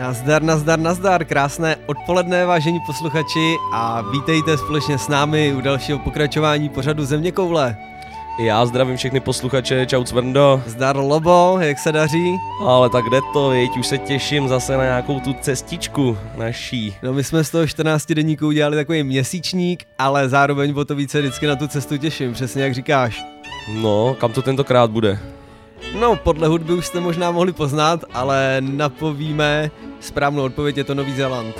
Nazdar, krásné odpoledne, vážení posluchači, a vítejte společně s námi u dalšího pokračování pořadu Zeměkoule. Já zdravím všechny posluchače, čau Cvrndo. Zdar Lobo, jak se daří? Ale tak jde to, viď, už se těším zase na nějakou tu cestičku naší. No my jsme z toho 14 denníku udělali takový měsíčník, ale zároveň o to více vždycky na tu cestu těším, přesně jak říkáš. No, kam to tentokrát bude? No, podle hudby už jste možná mohli poznat, ale napovíme správnou odpověď, je to Nový Zéland.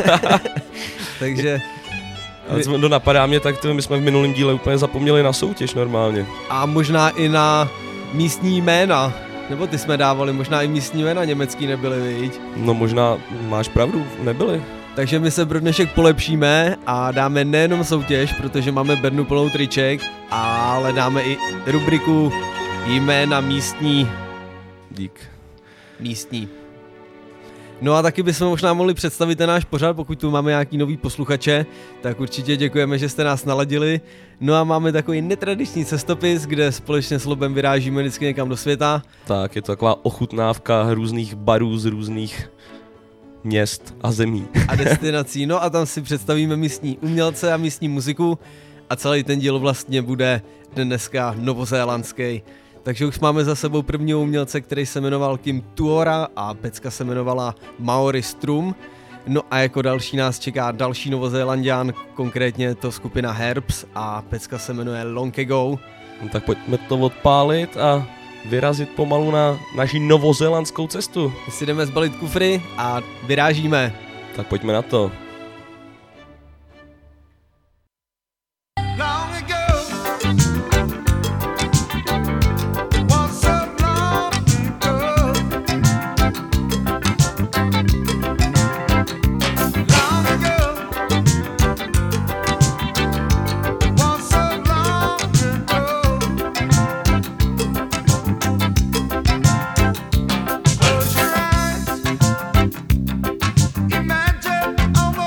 Takže... Co napadá mě, tak my jsme v minulém díle úplně zapomněli na soutěž normálně. A možná i na místní jména, nebo ty jsme dávali, možná i místní jména německý nebyly, viď? No možná, máš pravdu, nebyly. Takže my se pro dnešek polepšíme a dáme nejenom soutěž, protože máme bednu plnou triček, ale dáme i rubriku jména místní. Dík. Místní. No a taky bychom možná mohli představit ten náš pořad, pokud tu máme nějaký nový posluchače, tak určitě děkujeme, že jste nás naladili. No a máme takový netradiční cestopis, kde společně s Lobem vyrážíme vždycky někam do světa. Tak, je to taková ochutnávka různých barů z různých měst a zemí. A destinací, no a tam si představíme místní umělce a místní muziku a celý ten díl vlastně bude dneska novozélandský. Takže už máme za sebou prvního umělce, který se jmenoval Kim Tuora a pecka se jmenovala Maori Strum. No a jako další nás čeká další Novozélanďan, konkrétně to skupina Herbs a pecka se jmenuje Long Ago. No, tak pojďme to odpálit a vyrazit pomalu na naši novozélandskou cestu. My si jdeme zbalit kufry a vyrážíme. Tak pojďme na to. Over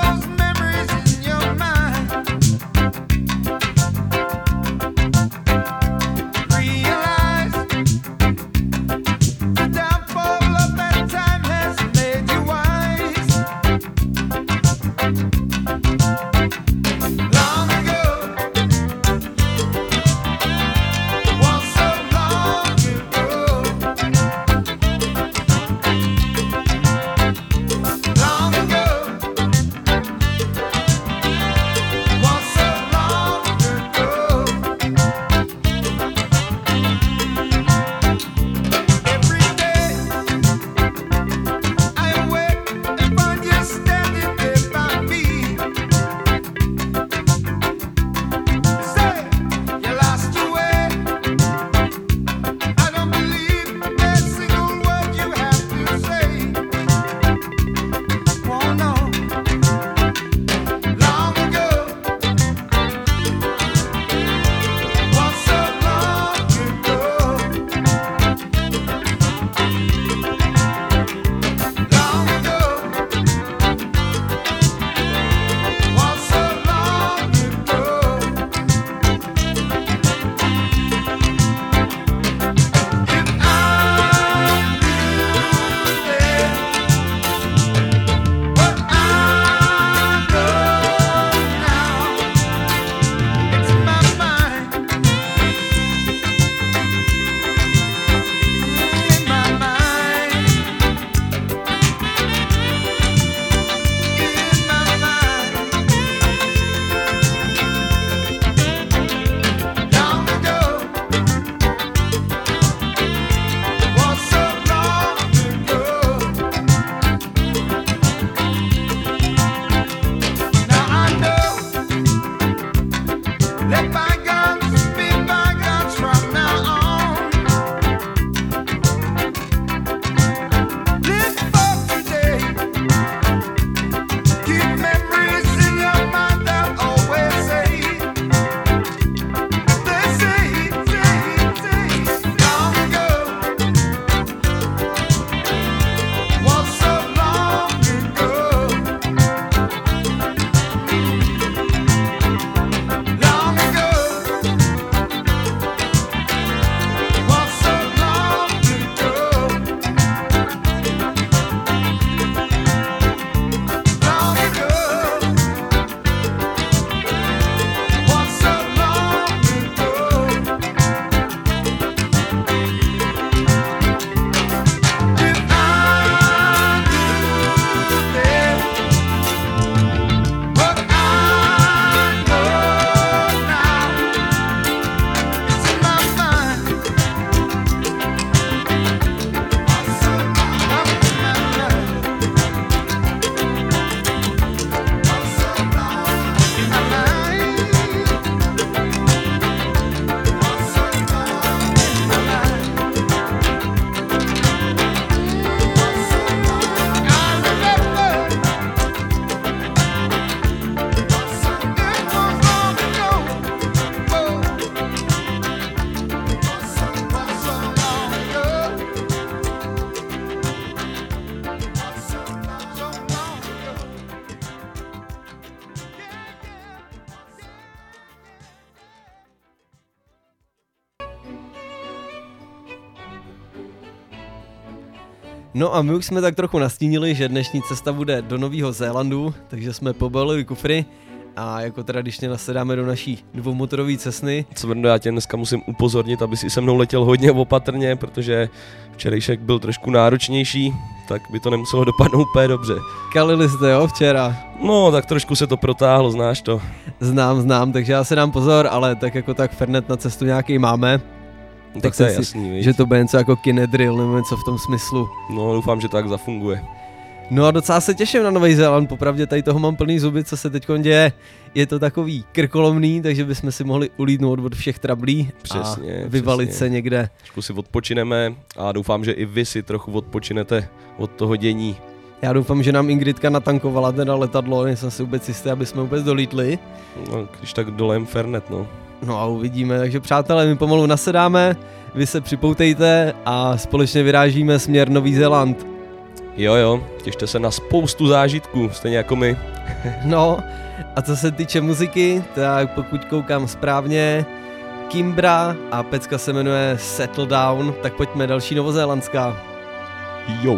No a my už jsme tak trochu nastínili, že dnešní cesta bude do Nového Zélandu, takže jsme pobalili kufry a jako tradičně nasedáme do naší dvoumotorové Cessny. Cvrndo, já tě dneska musím upozornit, aby si se mnou letěl hodně opatrně, protože včerejšek byl trošku náročnější, tak by to nemuselo dopadnout úplně dobře. Kalili jste, jo, včera? No, tak trošku se to protáhlo, znáš to. Znám, takže já se dám pozor, ale tak jako tak Fernet na cestu nějaký máme. Tak to je jasný, víš? Že to bude něco jako kinedrill nebo něco v tom smyslu. No, doufám, že to tak zafunguje. No a docela se těším na Nový Zéland, popravdě tady toho mám plný zuby, co se teď děje. Je to takový krkolomný, takže bychom si mohli ulídnout od všech trablí a vyvalit se někde. Trošku si odpočineme a doufám, že i vy si trochu odpočinete od toho dění. Já doufám, že nám Ingridka natankovala teda letadlo, nejsem si vůbec jistý, aby jsme vůbec dolítli. No, když tak dolejem Fernet, no. No a uvidíme, takže přátelé, my pomalu nasedáme, vy se připoutejte a společně vyrážíme směr Nový Zéland. Jo, těšte se na spoustu zážitků, stejně jako my. No, a co se týče muziky, tak pokud koukám správně, Kimbra a pecka se jmenuje Settle Down, tak pojďme další novozélandská. Jo.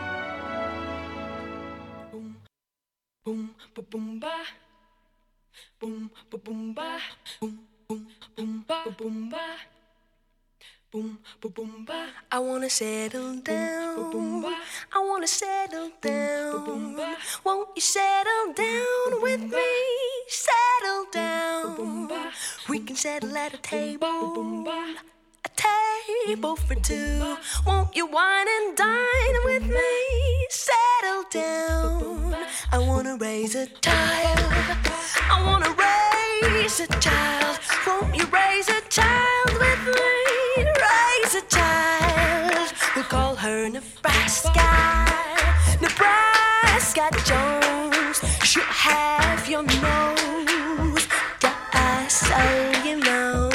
Boom, boom, boom, ba. I wanna settle down. Boom, boom, ba. I wanna settle down. Boom, ba. Won't you settle down with me? Settle down. Boom, ba. We can settle at a table. Boom, ba. A table for two. Won't you wine and dine with me? Settle down. I wanna raise a child. I wanna raise a child. Won't you raise a child with me? Raise a child. We'll call her Nebraska. Nebraska Jones. She'll have your nose. Just so you know.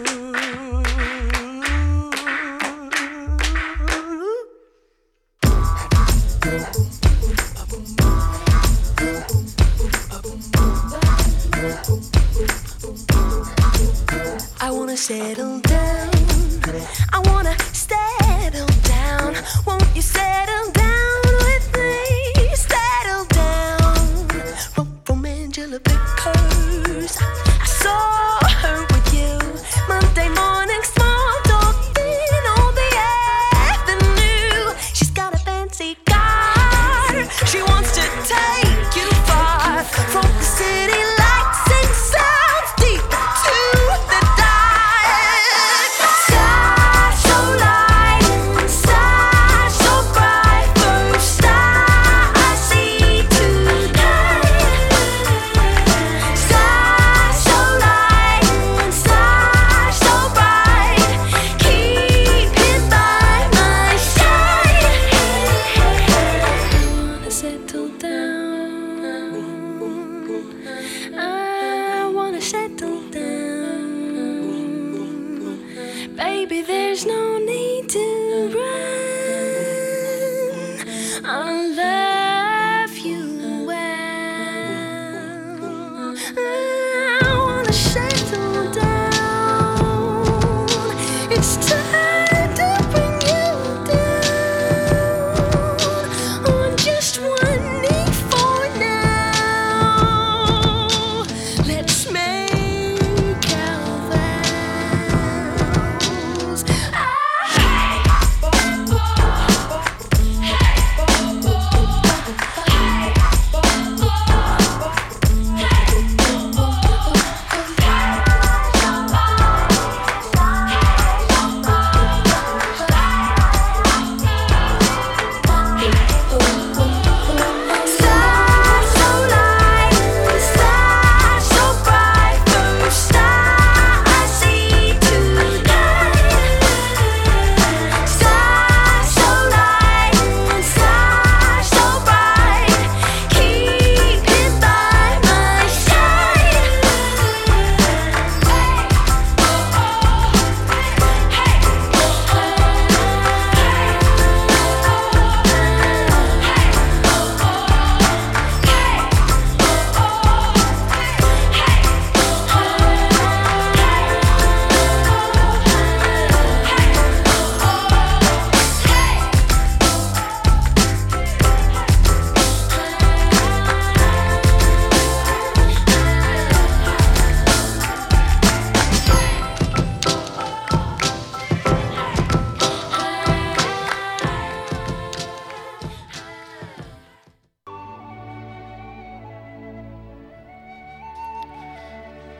I wanna settle down. I wanna settle down. Won't you settle down with me? Settle down. From Angela Vickers. I saw her with you Monday morning, small talk in on the avenue. She's got a fancy car. She wants to take you far from the city lights and sounds deep to the dark. Sky so light, sky so bright, first star I see tonight. Sky so light, sky so bright, keep it by my side. I wanna settle down. I wanna settle down. Baby, there's no need to run. I love you well. I wanna settle down. It's time to bring you down on just one knee for now. Let's make our vows.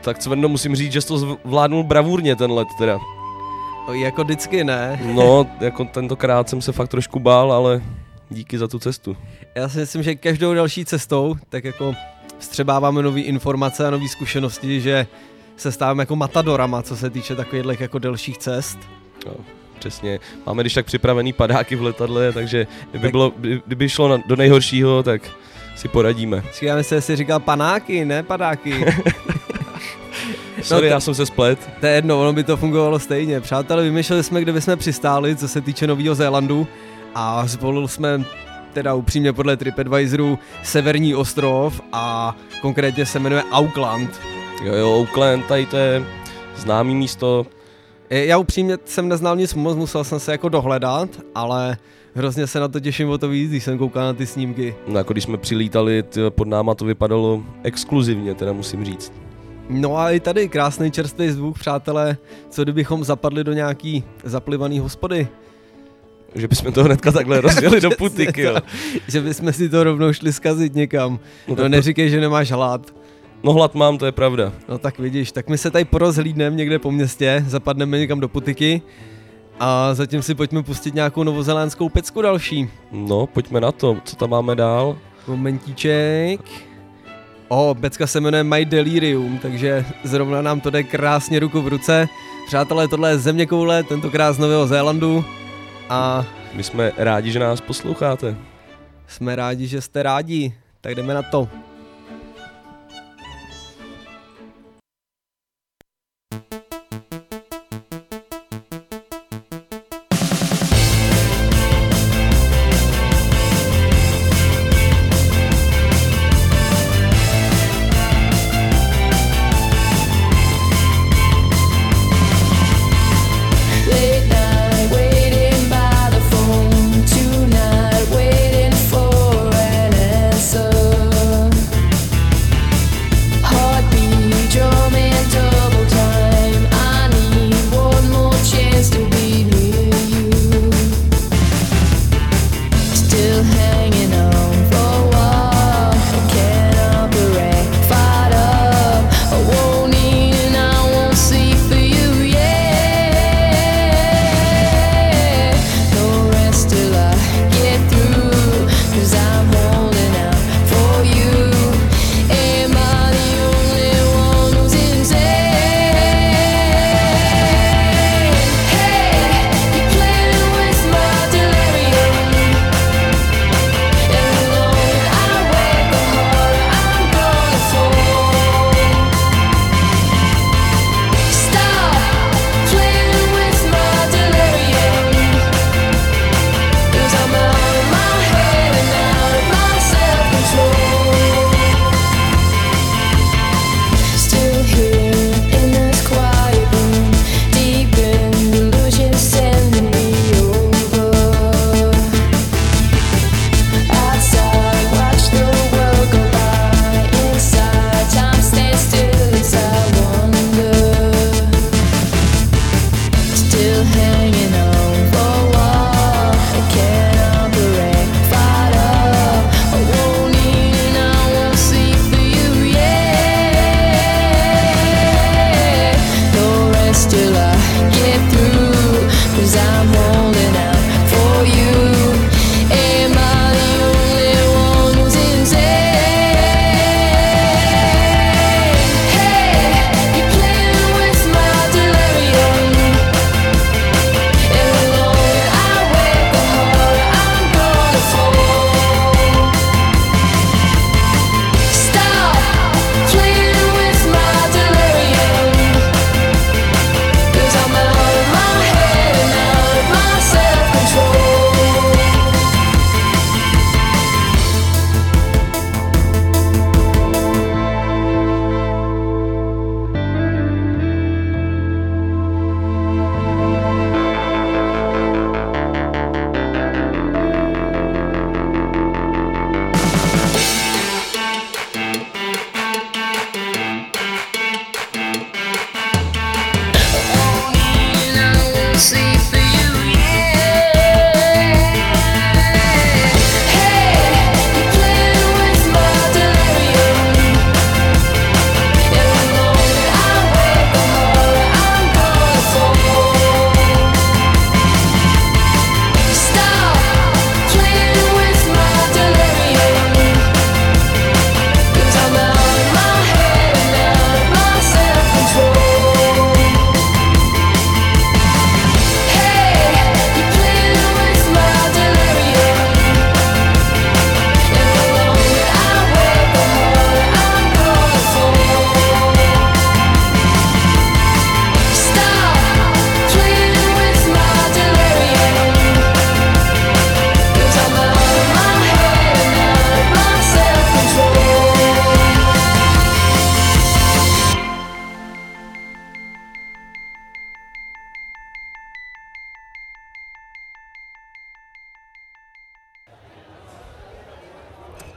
Tak Cvrno, musím říct, že jsi to zvládnul bravurně ten let teda. Jako vždycky, ne? No, jako tentokrát jsem se fakt trošku bál, ale díky za tu cestu. Já si myslím, že každou další cestou tak jako vstřebáváme nové informace a nové zkušenosti, že se stáváme jako matadorama, co se týče takových jako delších cest. No, přesně. Máme když tak připravený padáky v letadle, takže kdyby šlo do nejhoršího, tak si poradíme. Já myslím, že jsi říkal panáky, ne padáky. Sorry, já jsem se splet. To je jedno, ono by to fungovalo stejně. Přátelé, vymýšleli jsme, kde bychom přistáli, co se týče Nového Zélandu, a zvolili jsme teda upřímně podle TripAdvisoru Severní ostrov a konkrétně se jmenuje Auckland. Jo, Auckland, tady to je známý místo. Já upřímně jsem neznal nic moc, musel jsem se jako dohledat, ale hrozně se na to těším o to víc, když jsem koukal na ty snímky. No jako když jsme přilítali, pod náma to vypadalo exkluzivně, teda musím říct. No a i tady krásný čerstvý zvuk, přátelé, co kdybychom zapadli do nějaký zaplivaný hospody. Že bychom to hnedka takhle rozjeli do putiky, jo. Že bychom si to rovnou šli zkazit někam. No neříkej, že nemáš hlad. No hlad mám, to je pravda. No tak vidíš, tak my se tady porozhlídneme někde po městě, zapadneme někam do putiky a zatím si pojďme pustit nějakou novozélandskou pecku další. No, pojďme na to, co tam máme dál? Momentíček. Pecka se jmenuje My Delirium, takže zrovna nám to jde krásně ruku v ruce. Přátelé, tohle je Zeměkoule, tentokrát z Nového Zélandu. A my jsme rádi, že nás posloucháte. Jsme rádi, že jste rádi, tak jdeme na to. Tonight, waiting for an answer.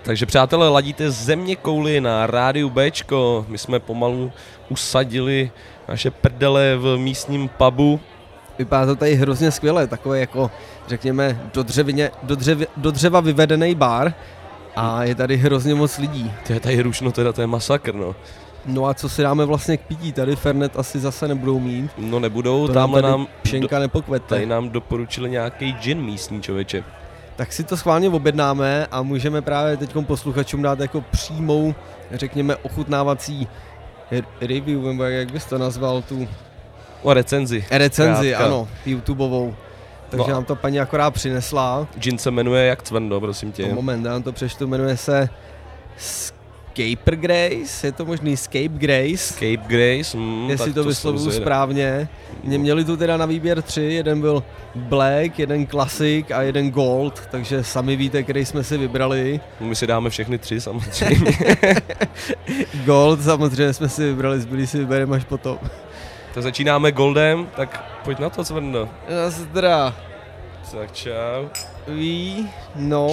Takže přátelé, ladíte Země kouli na rádiu Bčko. My jsme pomalu usadili naše prdele v místním pubu. Vypadá to tady hrozně skvěle, takové jako, řekněme, do dřeva vyvedený bar a je tady hrozně moc lidí. To je tady rušno, teda to je masakr, no. No a co si dáme vlastně k pití? Tady Fernet asi zase nebudou mít. No nebudou, To tamhle tady nám pšenka nepokvete. tady nám doporučili nějaký gin místní, člověče. Tak si to schválně objednáme a můžeme právě teď posluchačům dát jako přímou, řekněme, ochutnávací review, nebo jak bys to nazval, tu O recenzi. recenzi, Krátka. ano, YouTubeovou. Takže No. nám to paní akorát přinesla. Gin se jmenuje jak cvrndo, prosím tě. Moment, já vám to přečtu, jmenuje se Scaper Grace, je to možný Scape Grace, Cape Grace, jestli tak to vyslovuju se dozvěde. správně. Měli tu teda na výběr 3, jeden byl Black, jeden Classic a jeden Gold, takže sami víte, který jsme si vybrali. My si dáme všechny 3 samozřejmě. Gold samozřejmě jsme si vybrali, zbylý si vybereme až potom. Tak začínáme Goldem, tak pojď na to, cvrndo. Nazdra, Tak čau. ví, no.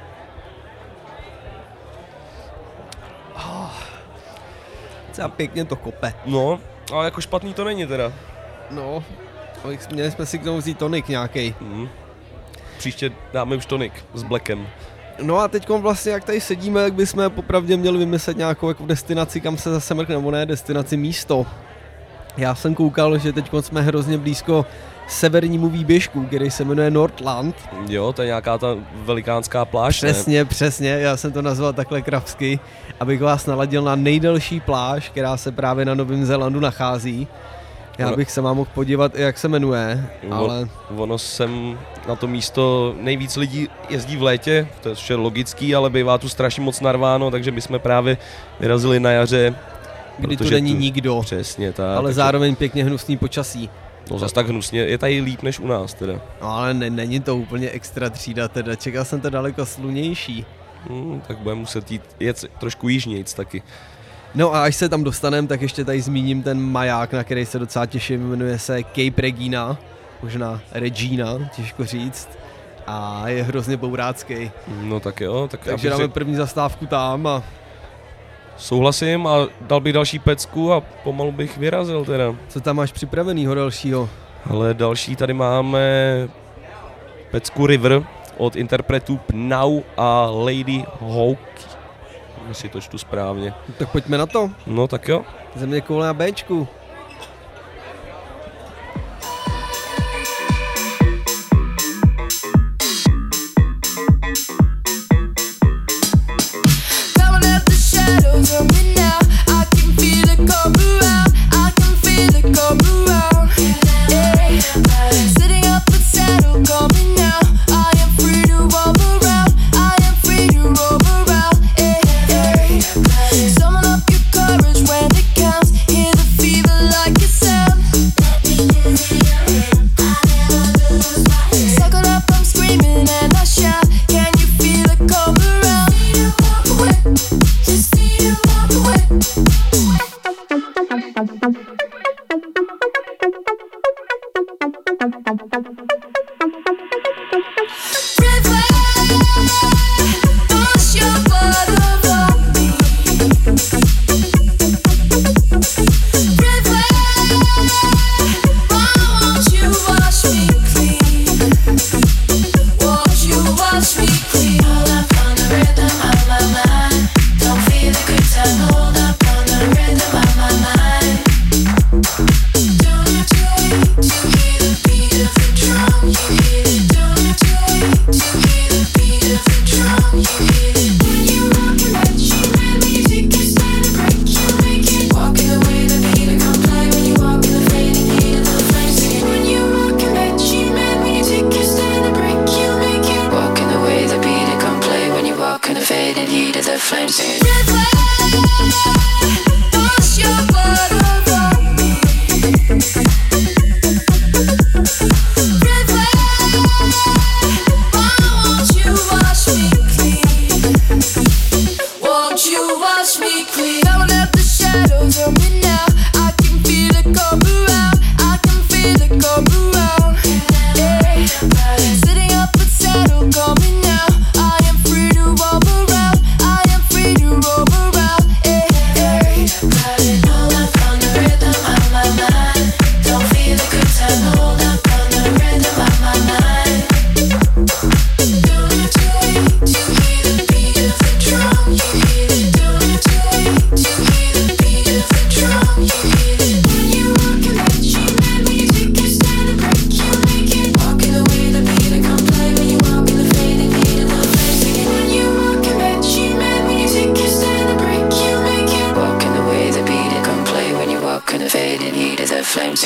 Docela pěkně to kope. No, ale jako špatný to není teda. No, měli jsme si k tomu vzít tonik nějaký. Příště dáme už tonik s Blackem. No a teď vlastně, jak tady sedíme, tak bychom popravdě měli vymyslet nějakou jako destinaci, kam se zase mrkne, nebo ne, destinaci místo. Já jsem koukal, že teď jsme hrozně blízko severnímu výběžku, který se jmenuje Nordland. Jo, to je nějaká ta velikánská pláž, ne? Přesně, já jsem to nazval takhle kravsky, abych vás naladil na nejdelší pláž, která se právě na Novém Zélandu nachází. Já bych se vám mohl podívat, jak se jmenuje, ale... Ono sem na to místo nejvíc lidí jezdí v létě, to je vše logický, ale bývá tu strašně moc narváno, takže my jsme právě vyrazili na jaře. Kdy tu protože není nikdo, Přesně tak. ale takže- zároveň pěkně hnusný počasí. No zas tak hnusně, je tady líp než u nás teda. No ale není to úplně extra třída teda, čekal jsem to daleko slunější. Tak budeme muset jet trošku jižnějc taky. No a až se tam dostaneme, tak ještě tady zmíním ten maják, na který se docela těším, jmenuje se Cape Regina, možná Regina, těžko říct, a je hrozně bourácký. No tak jo, tak Takže dáme první zastávku tam a souhlasím a dal bych další pecku a pomalu bych vyrazil teda. co tam máš připravenýho dalšího? Ale další tady máme pecku River od interpretů Pnau a Lady Hawk. Jestli to čtu správně. Tak pojďme na to, No tak jo. Země koule na Bčku. Coming out the shadows of me now. I can feel it come around. I can feel it come around. Yeah. Sitting up with saddle coming now. I am free to roam around. I am free to roam around. Yeah. Summon up your courage when it counts. Hear the fever like a sound. Suckle up, I'm screaming and I shout. Can you feel it come around? Just need to walk away. River, wash your blood over me. River, why won't you wash me clean? Won't you wash me clean? Hold up on the rhythm of my mind. Don't feel the good time. Hold up on the rhythm of my mind. Don't have to wait to hear the beat of the drum. You hear it. Don't have to wait to hear the beat of the drum. You hear it. When you walking at you, man, music is not a break. You make it. Walking away, the beat will come play. When you walk in the fading heat of the flame, singing. When you walking at you, man, music is not a break. You make it. Walking away, the beat will come play. When you walk in the fading heat of the flame, singing. River, wash your blood over me.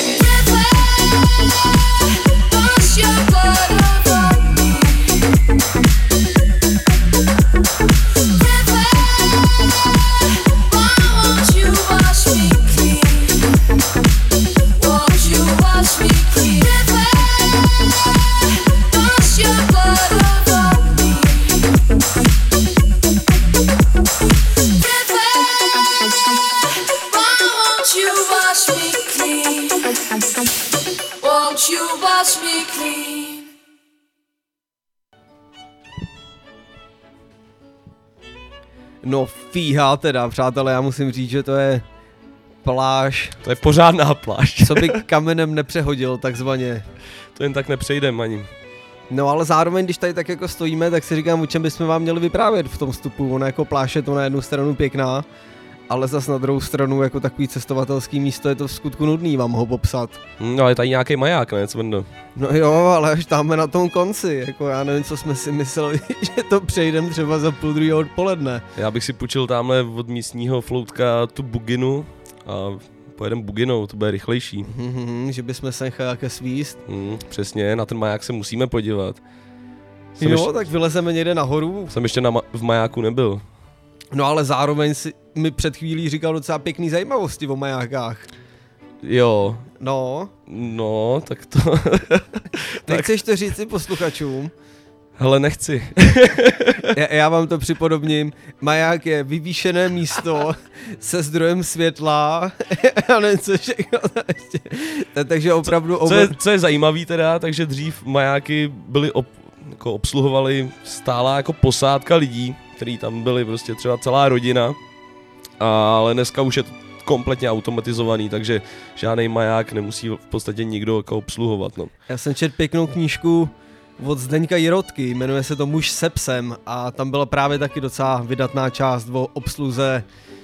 No fíha teda, přátelé, já musím říct, že to je pláž. To je pořádná pláž. Co by kamenem nepřehodil, takzvaně. To jen tak nepřejdem ani. No ale zároveň, když tady tak jako stojíme, tak si říkám, o čem bychom vám měli vyprávět v tom vstupu. Ono jako pláž je to na jednu stranu pěkná, ale zas na druhou stranu jako takový cestovatelský místo je to v skutku nudný vám ho popsat. No ale tady nějaký maják, ne, Cvendo? No jo, ale až tamhle na tom konci, jako já nevím, co jsme si mysleli, že to přejdem třeba za 1:30 odpoledne. Já bych si půjčil tamhle od místního floutka tu buginu a pojedem buginou, to bude rychlejší. Že bychom se nechali jaké svíst. Přesně, na ten maják se musíme podívat. Tak vylezeme někde nahoru. Jsem ještě v majáku nebyl. No ale zároveň si mi před chvílí říkal docela pěkný zajímavosti o majákách. Jo. No, tak to... Nechceš to říct si posluchačům? Hele, nechci. já vám to připodobním. Maják je vyvýšené místo se zdrojem světla. Já nevím, co všechno. Takže opravdu... Co je zajímavý teda, takže dřív majáky byly jako obsluhovali stála jako posádka lidí, který tam byli prostě třeba celá rodina, ale dneska už je to kompletně automatizovaný, takže žádný maják nemusí v podstatě nikdo jako obsluhovat. No. Já jsem četl pěknou knížku od Zdeňka Jirotky, jmenuje se to Muž se psem a tam byla právě taky docela vydatná část o obsluze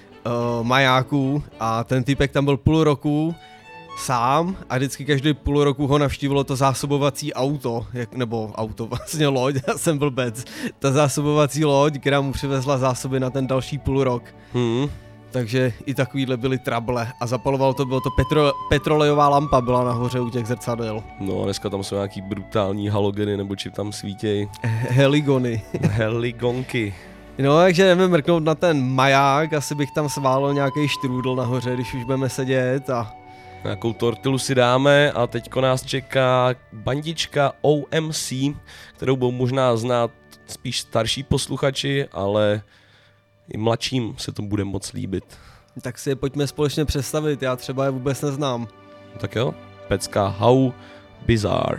majáků a ten týpek tam byl půl roku sám a vždycky každý půl roku ho navštívilo to zásobovací auto, vlastně loď, já jsem blbec, ta zásobovací loď, která mu přivezla zásoby na ten další půl rok. Takže i takovýhle byly trable a zapaloval to, bylo to petrolejová lampa byla nahoře u těch zrcadel. No a dneska tam jsou nějaký brutální halogeny nebo či tam svítěj. Heligony. Heligonky. No, takže jdeme mrknout na ten maják, asi bych tam sválil nějaký štrůdl nahoře, když už budeme sedět a... Nějakou tortilu si dáme a teďko nás čeká bandička OMC, kterou budou možná znát spíš starší posluchači, ale i mladším se to bude moc líbit. Tak si je pojďme společně představit, já třeba je vůbec neznám. Tak jo, pecka How Bizarre.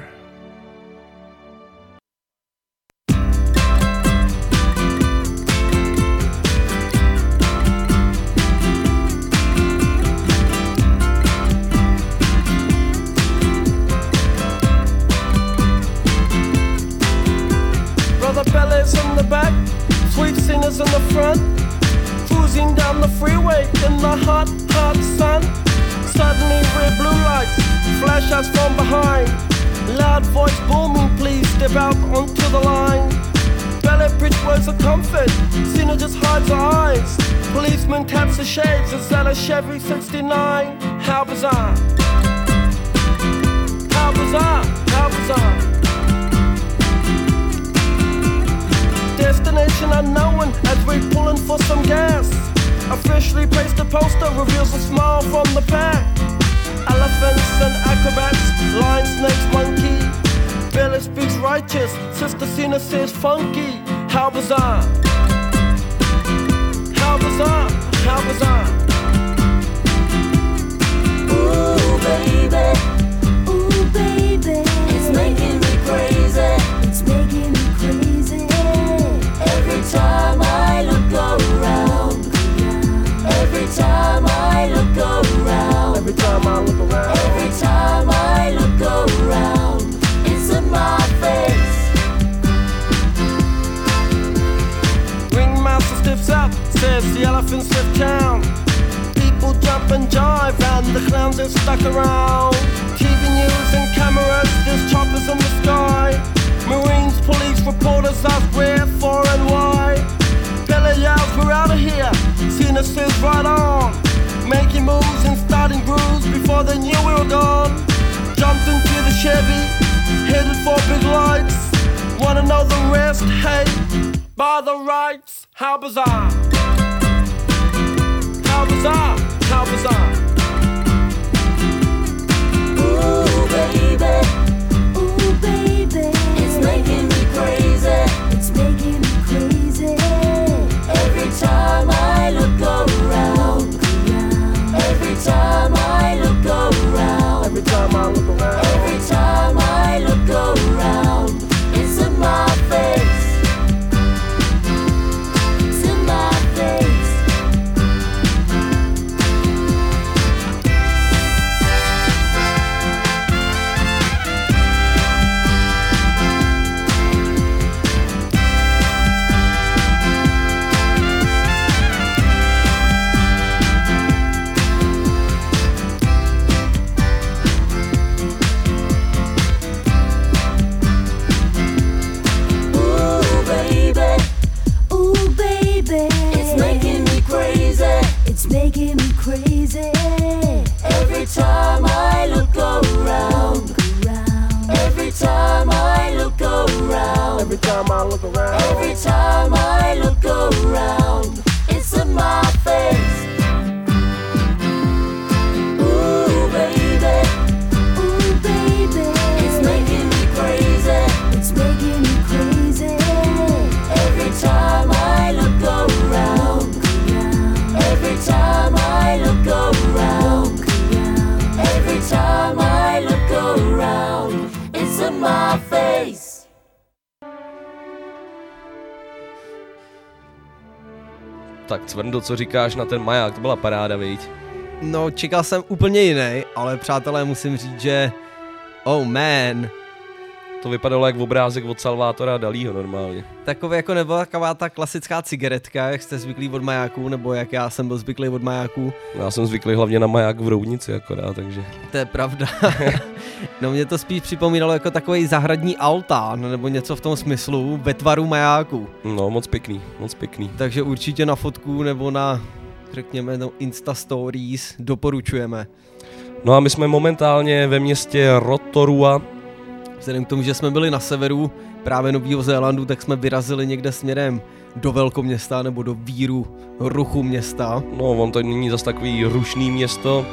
Bellas in the back, sweet singers in the front, cruising down the freeway in the hot, hot sun. Suddenly red blue lights flash us from behind. Loud voice booming, please step out onto the line. Ballet bridge words of comfort, Cena just hides her eyes. Policeman taps the shades, it's at a Chevy 69. How bizarre, how bizarre, how bizarre. Destination unknown as we're pulling for some gas. Officially placed a poster, reveals a smile from the pack. Elephants and acrobats, lion, snakes, monkey. Billy speaks righteous, Sister Cena says funky. How bizarre, how bizarre, how bizarre. Ooh baby, it's making me crazy. It's making me crazy. Every time I look around, every time I look around, Every time I look around, every time I look around, it's in my face. Ringmaster stiffs up, says the elephants left town. People jump and jive and the clowns are stuck around. TV news and cameras, there's choppers in the sky. Marines, police, reporters ask where, for and why. Bella yells, we're out of here. Cena says right on. Making moves and starting grooves before they knew we were gone. wanna know the rest? Hey, by the rights, how bizarre. How bizarre, how bizarre. Ooh, baby. Ooh, baby. It's making me crazy. It's making me crazy. Every time I look around. Every time I look around. Every time I look around. Every time I look around. It's in my face. It's in my face. It's making me crazy. Every time I look around. Every time I look around. Every time I look around. Every time I look around. It's in my face. Ooh, baby. Ooh, baby. It's making me crazy. It's making me crazy. Every time I look around. Every time I look around. Every time I look around. It's in my face. Tak Cvrndo, co říkáš na ten maják, to byla paráda, viď? No, čekal jsem úplně jiný, ale přátelé, musím říct, že oh man, To vypadalo jak obrázek od Salvátora Dalího normálně. takové jako nebyla taková ta klasická cigaretka, jak jste zvyklí od majáků, nebo jak já jsem byl zvyklý od majáků. Já jsem zvyklý hlavně na maják v Roudnici akorát, takže... To je pravda. No mě to spíš připomínalo jako takový zahradní altán, nebo něco v tom smyslu, ve tvaru majáku. No, moc pěkný, moc pěkný. Takže určitě na fotku nebo na, řekněme, no Insta Stories doporučujeme. No a my jsme momentálně ve městě Rotorua. Vzhledem k tomu, že jsme byli na severu právě Nového Zélandu, tak jsme vyrazili někde směrem do velkoměsta nebo do víru ruchu města. No, on to není zas takový rušný město.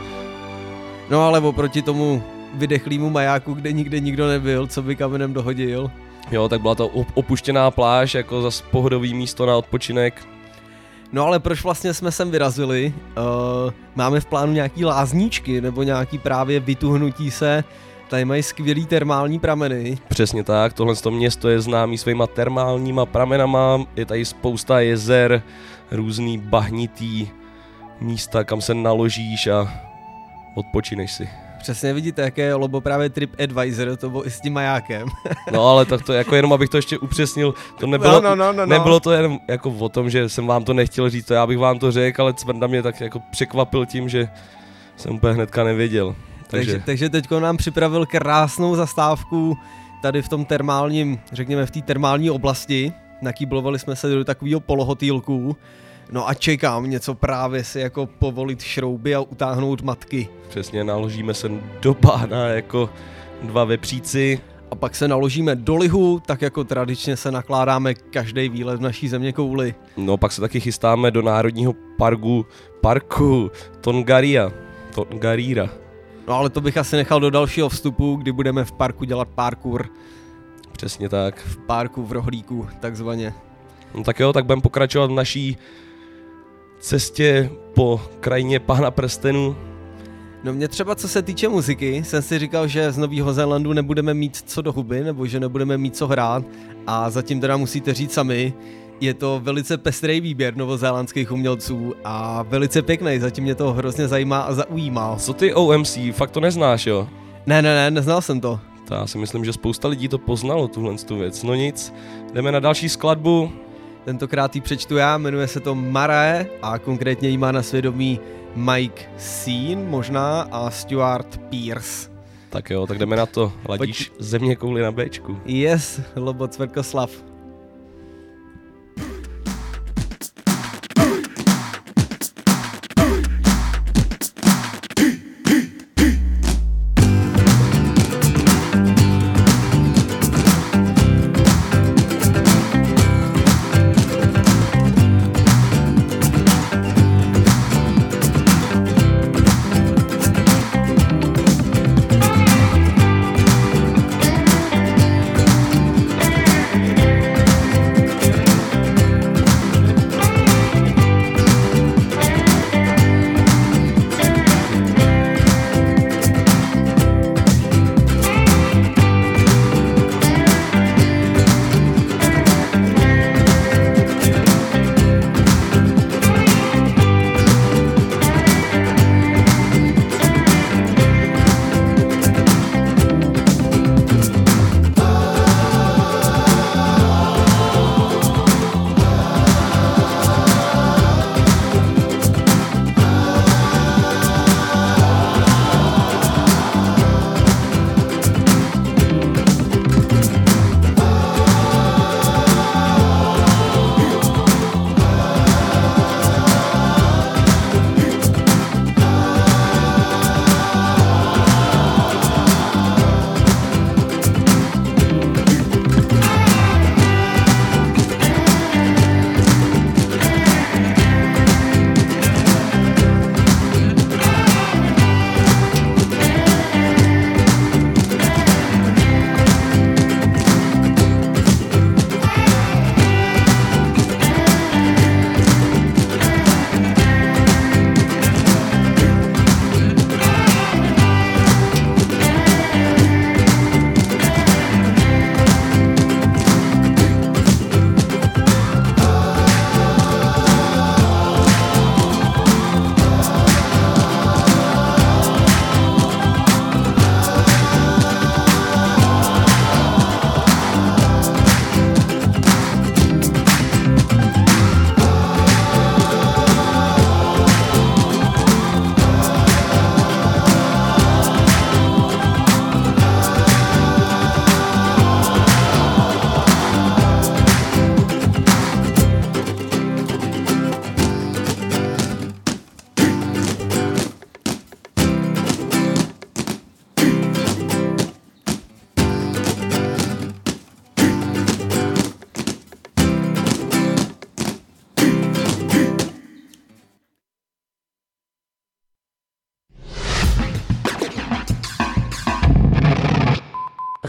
No ale oproti tomu vydechlýmu majáku, kde nikde nikdo nebyl, co by kamenem dohodil. Jo, tak byla to opuštěná pláž, jako zas pohodový místo na odpočinek. No ale proč vlastně jsme sem vyrazili? Máme v plánu nějaký lázníčky nebo nějaký právě vytuhnutí se. Tady mají skvělý termální prameny. Přesně tak, tohle město je známý svýma termálníma pramenama, je tady spousta jezer, různý bahnitý místa, kam se naložíš a odpočineš si. Přesně vidíte, jaké je logo právě TripAdvisor, to bylo i s tím majákem. No ale tak to jako jenom, abych to ještě upřesnil, to nebylo, No. nebylo to jenom jako o tom, že jsem vám to nechtěl říct, to já bych vám to řekl, ale Cvrnda mě tak jako překvapil tím, že jsem úplně hnedka nevěděl. Takže teďko nám připravil krásnou zastávku tady v tom termálním, řekněme v té termální oblasti. Nakýblovali jsme se do takového polohotýlku. No a čekám něco právě si jako povolit šrouby a utáhnout matky. Přesně, naložíme se do bána jako dva vepříci. A pak se naložíme do lihu, tak jako tradičně se nakládáme každý výlet v naší zeměkouli. No pak se taky chystáme do národního parku Tongarira. No ale to bych asi nechal do dalšího vstupu, kdy budeme v parku dělat parkour. Přesně tak. V parku v rohlíku, takzvaně. No tak jo, tak budeme pokračovat v naší cestě po krajině Pána prstenů. No mě třeba co se týče muziky, jsem si říkal, že z Nového Zélandu nebudeme mít co do huby, nebo že nebudeme mít co hrát a zatím teda musíte říct sami, je to velice pestrý výběr novozélandských umělců a velice pěkný, zatím mě to hrozně zajímá a zaujímá. Co ty OMC, fakt to neznáš, jo? Ne, neznal jsem to. To já si myslím, že spousta lidí to poznalo, tu věc. No nic, jdeme na další skladbu. Tentokrát ji přečtu já, jmenuje se to Marae a konkrétně jí má na svědomí Mike Sean možná a Stuart Pierce. Tak jo, tak jdeme na to. Ladíš země kouli na Bčku. Yes, Lobo Cvrkoslav.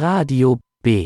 Radio B.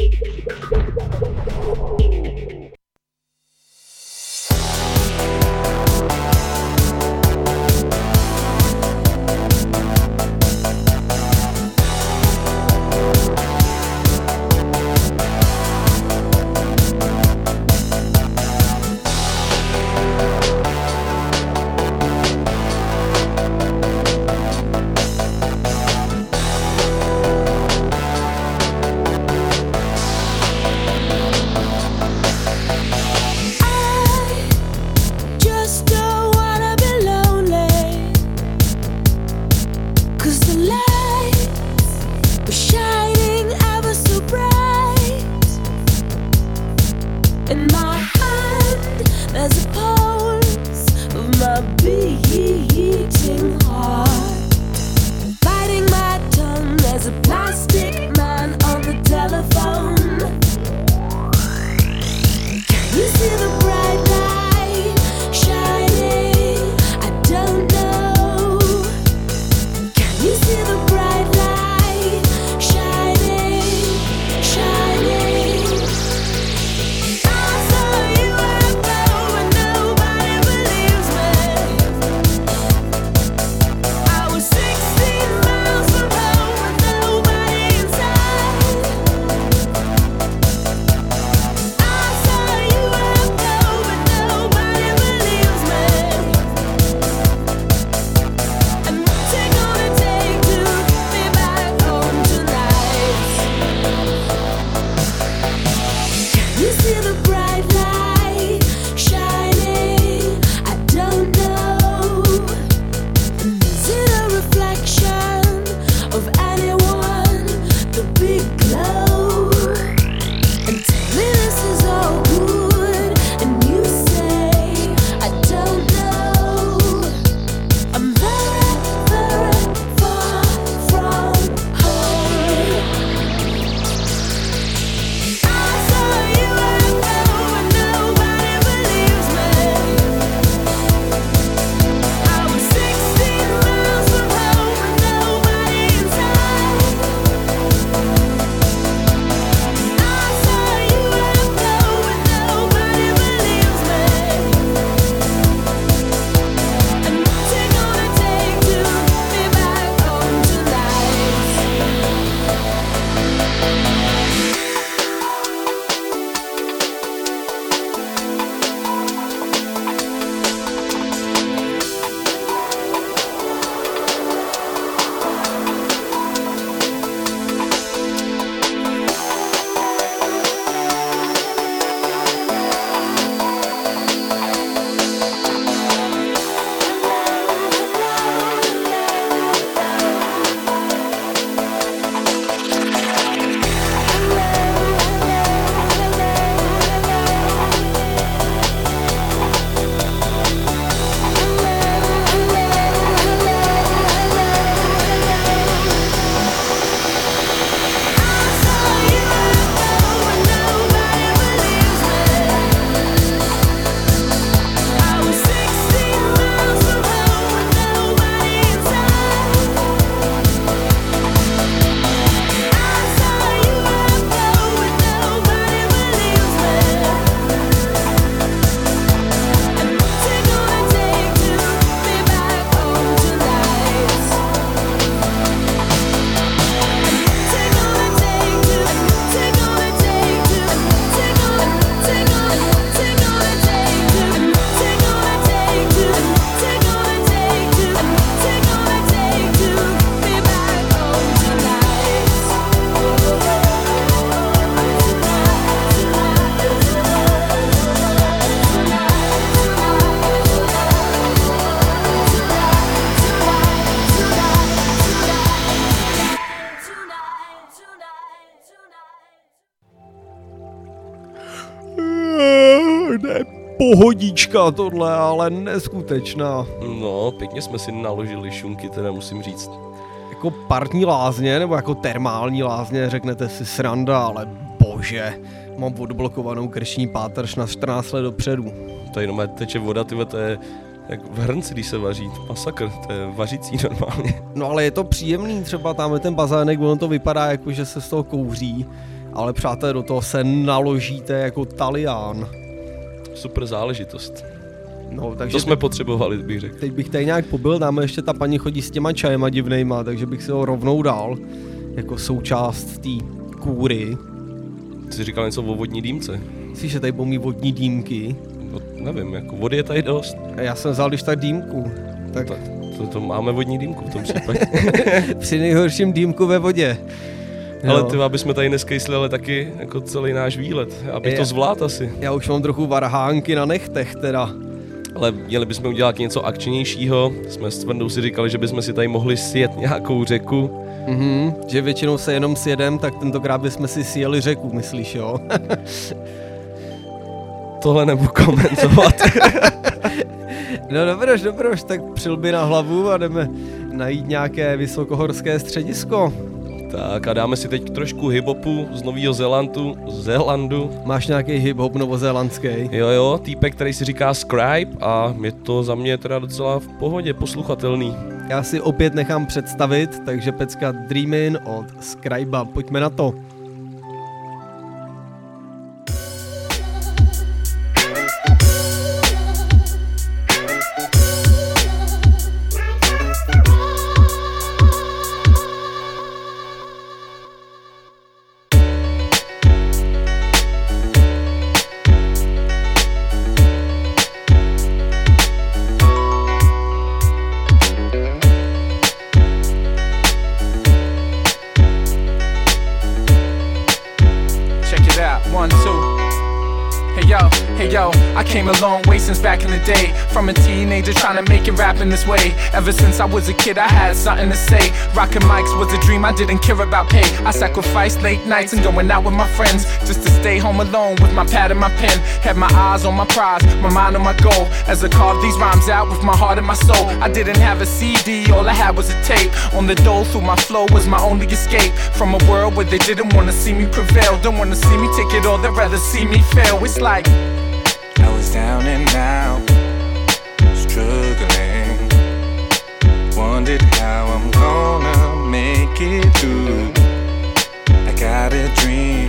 pohodička tohle, ale neskutečná. No, pěkně jsme si naložili šunky, teda musím říct. Jako parní lázně, nebo jako termální lázně, řeknete si sranda, ale bože, mám odblokovanou krční pátrž na 14 let dopředu. Tady jenom teče voda, tyhle, to je jak v hrnci, když se vaří, masakr, to je vařící normálně. No ale je to příjemný, třeba tam ten bazének, ono to vypadá jako, že se z toho kouří, ale přátelé, do toho se naložíte jako Talián. Super záležitost. No, takže to jsme potřebovali, bych řekl. Teď bych tady nějak pobyl, tam ještě ta paní chodí s těma čajema divnejma, takže bych si ho rovnou dal jako součást té kůry. Jsi říkal něco o vodní dýmce? Myslíš, že tady budou mít vodní dýmky? No, nevím, jako vody je tady dost. A já jsem vzal když tak dýmku. Tak To máme vodní dýmku v tom případě. Při nejhorším dýmku ve vodě. Ale ty, abychom tady neskejsli, ale taky jako celý náš výlet. Abych to zvládl asi. Já už mám trochu varhánky na nechtech teda. Ale měli bychom udělat něco akčnějšího. Jsme s Tvrdou si říkali, že bychom si tady mohli sjet nějakou řeku. Že většinou se jenom sjedem, tak tentokrát bychom si sjeli řeku, myslíš, jo? Tohle nebudu komentovat. No dobroš, tak přilby na hlavu a jdeme najít nějaké vysokohorské středisko. Tak a dáme si teď trošku hip-hopu z Nového Zélandu. Máš nějaký hip-hop novozélandský? Jo, týpek, který si říká Scribe a je to za mě teda docela v pohodě, posluchatelný. Já si opět nechám představit, takže pecka Dreamin' od Scriba, pojďme na to. Hey yo, I came a long way since back in the day. From a teenager trying to make it rapping this way. Ever since I was a kid I had something to say. Rocking mics was a dream, I didn't care about pay. I sacrificed late nights and going out with my friends just to stay home alone with my pad and my pen. Had my eyes on my prize, my mind on my goal. As I carved these rhymes out with my heart and my soul. I didn't have a CD, all I had was a tape. On the dole through my flow was my only escape. From a world where they didn't want to see me prevail. Don't want to see me take it all, they'd rather see me fail. It's like I was down and out, struggling. Wondered how I'm gonna make it through. I got a dream,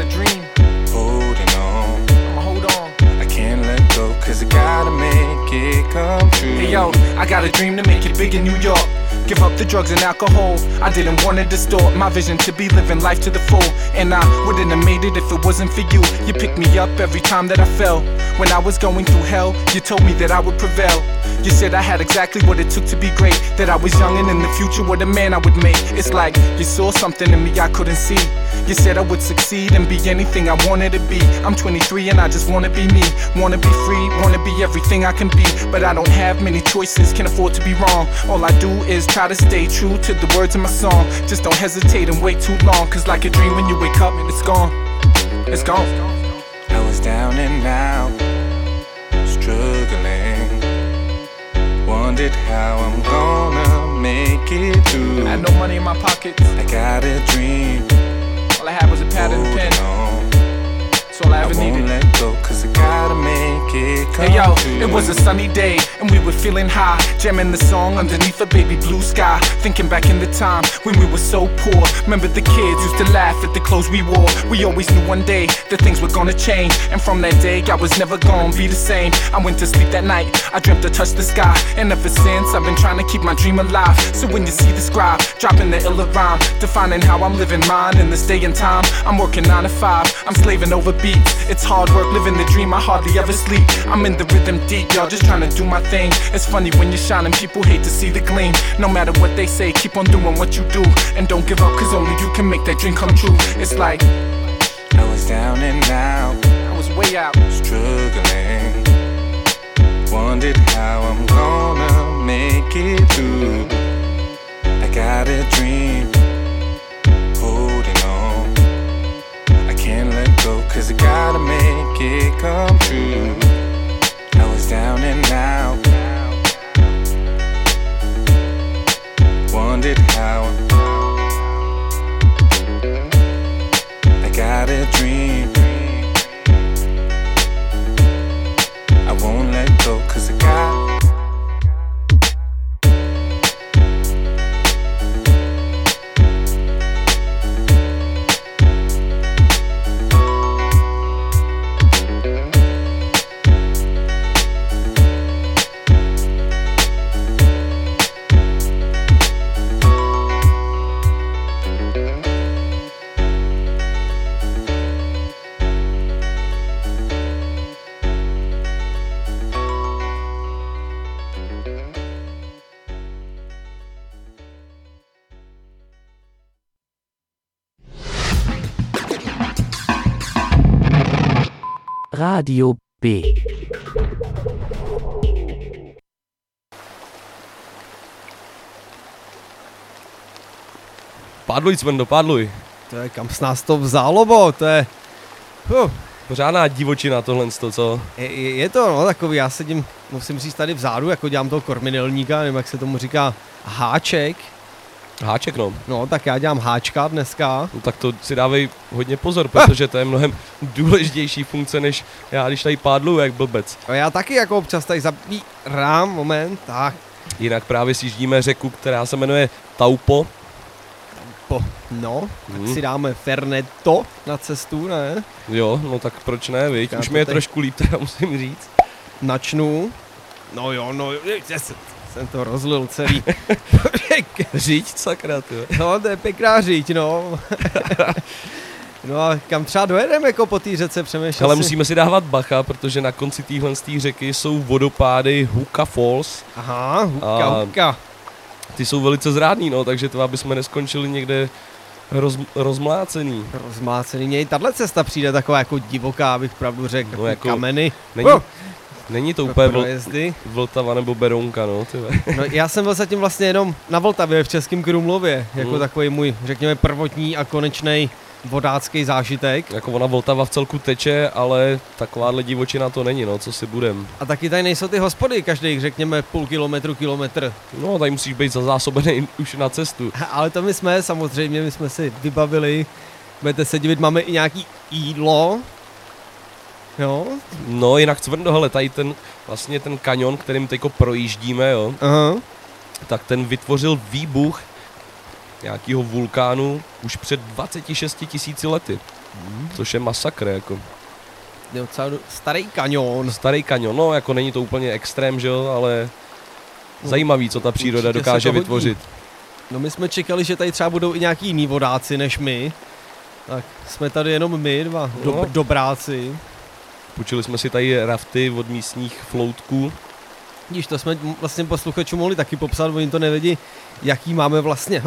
holding on. I'ma hold on. I can't let go, cause I gotta make it come true. Hey yo, I got a dream to make it big in New York. Give up the drugs and alcohol. I didn't want to distort my vision to be living life to the full. And I wouldn't have made it if it wasn't for you. You picked me up every time that I fell. When I was going through hell, you told me that I would prevail. You said I had exactly what it took to be great. That I was young and in the future what a man I would make. It's like you saw something in me I couldn't see. You said I would succeed and be anything I wanted to be. I'm 23 and I just wanna be me. Wanna be free, wanna be everything I can be. But I don't have many choices, can't afford to be wrong. All I do is try to stay true to the words of my song. Just don't hesitate and wait too long. Cause like a dream when you wake up, it's gone. It's gone. I was down and out, struggling. Wondered how I'm gonna make it through. I had no money in my pockets. I got a dream. All I had was a pad and a pen. That's all I ever needed. I won't let go, cause I gotta make it come Hey yo, true. It was a sunny day and we were feeling high. Jamming the song underneath a baby blue sky. Thinking back in the time when we were so poor. Remember the kids used to laugh at the clothes we wore. We always knew one day that things were gonna change. And from that day I was never gonna be the same. I went to sleep that night, I dreamt to touch the sky. And ever since I've been trying to keep my dream alive. So when you see the scribe dropping the illa rhyme, defining how I'm living mine in this day and time. I'm working 9 to 5, I'm slaving over beats. It's hard work living the dream, I hardly ever sleep. I'm in the rhythm deep, y'all just trying to do my thing. It's funny when you're shining, people hate to see the gleam. No matter what they say, keep on doing what you do. And don't give up, cause only you can make that dream come true. It's like I was down and out, I was way out, struggling. Wondered how I'm gonna make it through. I got a dream, holding on. I can't let go, cause I gotta make it come true. I was down and out, wondered how I got a dream. I won't let go, cause I got Radio B. Pádluj, Cvendo, pádluj. To je, kam s nás to vzalo, bo, to je... Pořádná divočina tohle, co? Je to, no, takový, já sedím, musím říct, tady vzadu, jako dělám toho korminelníka, nevím, jak se tomu říká, háček. Háček, no. No, tak já dělám háčka dneska. No, tak to si dávej hodně pozor, protože to je mnohem důležitější funkce, než já, když tady pádluju, jak blbec. A já taky jako občas tady zapírám, moment, tak. Jinak právě sjíždíme řeku, která se jmenuje Taupo. No, tak si dáme Ferneto na cestu, ne? Jo, no tak proč ne, viď? Já Už to mi je teď- trošku líp, teda musím říct. Načnu. No jo, jsem to rozlil celý. Říct, sakra, ty. No, to je pěkná říť, no. No a kam třeba dojedeme jako po té řece, přemýšlel Ale si? musíme si dávat bacha, protože na konci téhle řeky jsou vodopády Huka Falls. Aha, huka. Ty jsou velice zrádný, no, takže to, aby jsme neskončili někde rozmlácený. Rozmácený. Mně i tahle cesta přijde taková jako divoká, abych pravdu řekl, No, jako kameny. Není to úplně projezdy. Vltava nebo Berounka, no, ty. No, já jsem byl zatím vlastně jenom na Vltavě v Českém Krumlově, jako takový můj, řekněme, prvotní a konečný vodácký zážitek. Jako ona Vltava v celku teče, ale takováhle divočina to není, no, co si budem. A taky tady nejsou ty hospody, každých, řekněme, půl kilometru, kilometr. No, tady musíš být zazásobený už na cestu. Ale to my jsme, samozřejmě, my jsme si vybavili. Budete se divit, máme i nějaký jídlo. Jo. No, jinak Cvrndo, hele, tady ten kanion, kterým teďko projíždíme, jo, Aha. tak ten vytvořil výbuch nějakého vulkánu už před 26 000 lety. Což je masakr, jako. Je docela starý kanion. Starý kanion, no, jako není to úplně extrém, že jo, ale zajímavý, co ta příroda určitě se dokáže to hodí. vytvořit. No my jsme čekali, že tady třeba budou i nějaký jiný vodáci než my. Tak jsme tady jenom my, dva No. dobráci. Půjčili jsme si tady rafty od místních floutků. Když to jsme vlastně posluchačům mohli taky popsat, oni to nevědí, jaký máme vlastně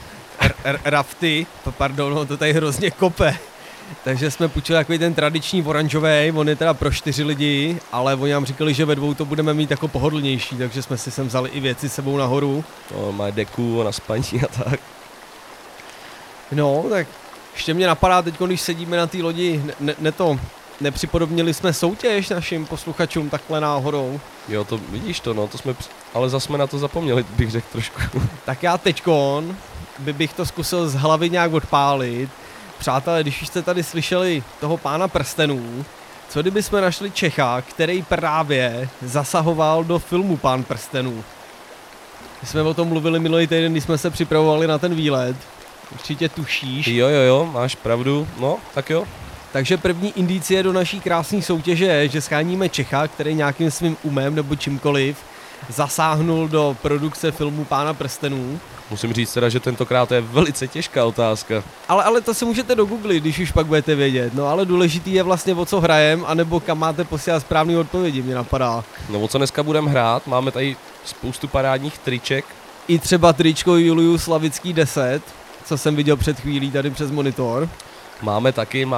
rafty, pardon, no, to tady hrozně kope. Takže jsme půjčili takový ten tradiční oranžový, on je teda pro 4 lidi, ale oni nám říkali, že ve dvou to budeme mít jako pohodlnější, takže jsme si sem vzali i věci sebou nahoru. No, má deku na spaní a tak. No, tak ještě mě napadá teď, když sedíme na té lodi, nepřipodobnili jsme soutěž našim posluchačům takhle náhodou. Jo, to vidíš to, no, to jsme, ale zase jsme na to zapomněli, bych řekl trošku. Tak já teďkon bych to zkusil z hlavy nějak odpálit. Přátelé, když jste tady slyšeli toho Pána prstenů, co kdyby jsme našli Čecha, který právě zasahoval do filmu Pán prstenů. My jsme o tom mluvili minulý týden, když jsme se připravovali na ten výlet. Určitě tušíš. Jo, máš pravdu, no, tak jo. Takže první indicie do naší krásné soutěže je, že scháníme Čecha, který nějakým svým umem nebo čímkoliv zasáhnul do produkce filmu Pána prstenů. Musím říct teda, že tentokrát je velice těžká otázka. Ale to si můžete dogooglit, když už pak budete vědět. No ale důležitý je vlastně, o co hrajem, anebo kam máte posílat správný odpovědi, mě napadá. No, o co dneska budeme hrát, máme tady spoustu parádních triček. I třeba tričko Julius Slavický 10, co jsem viděl před chvílí tady přes monitor. Máme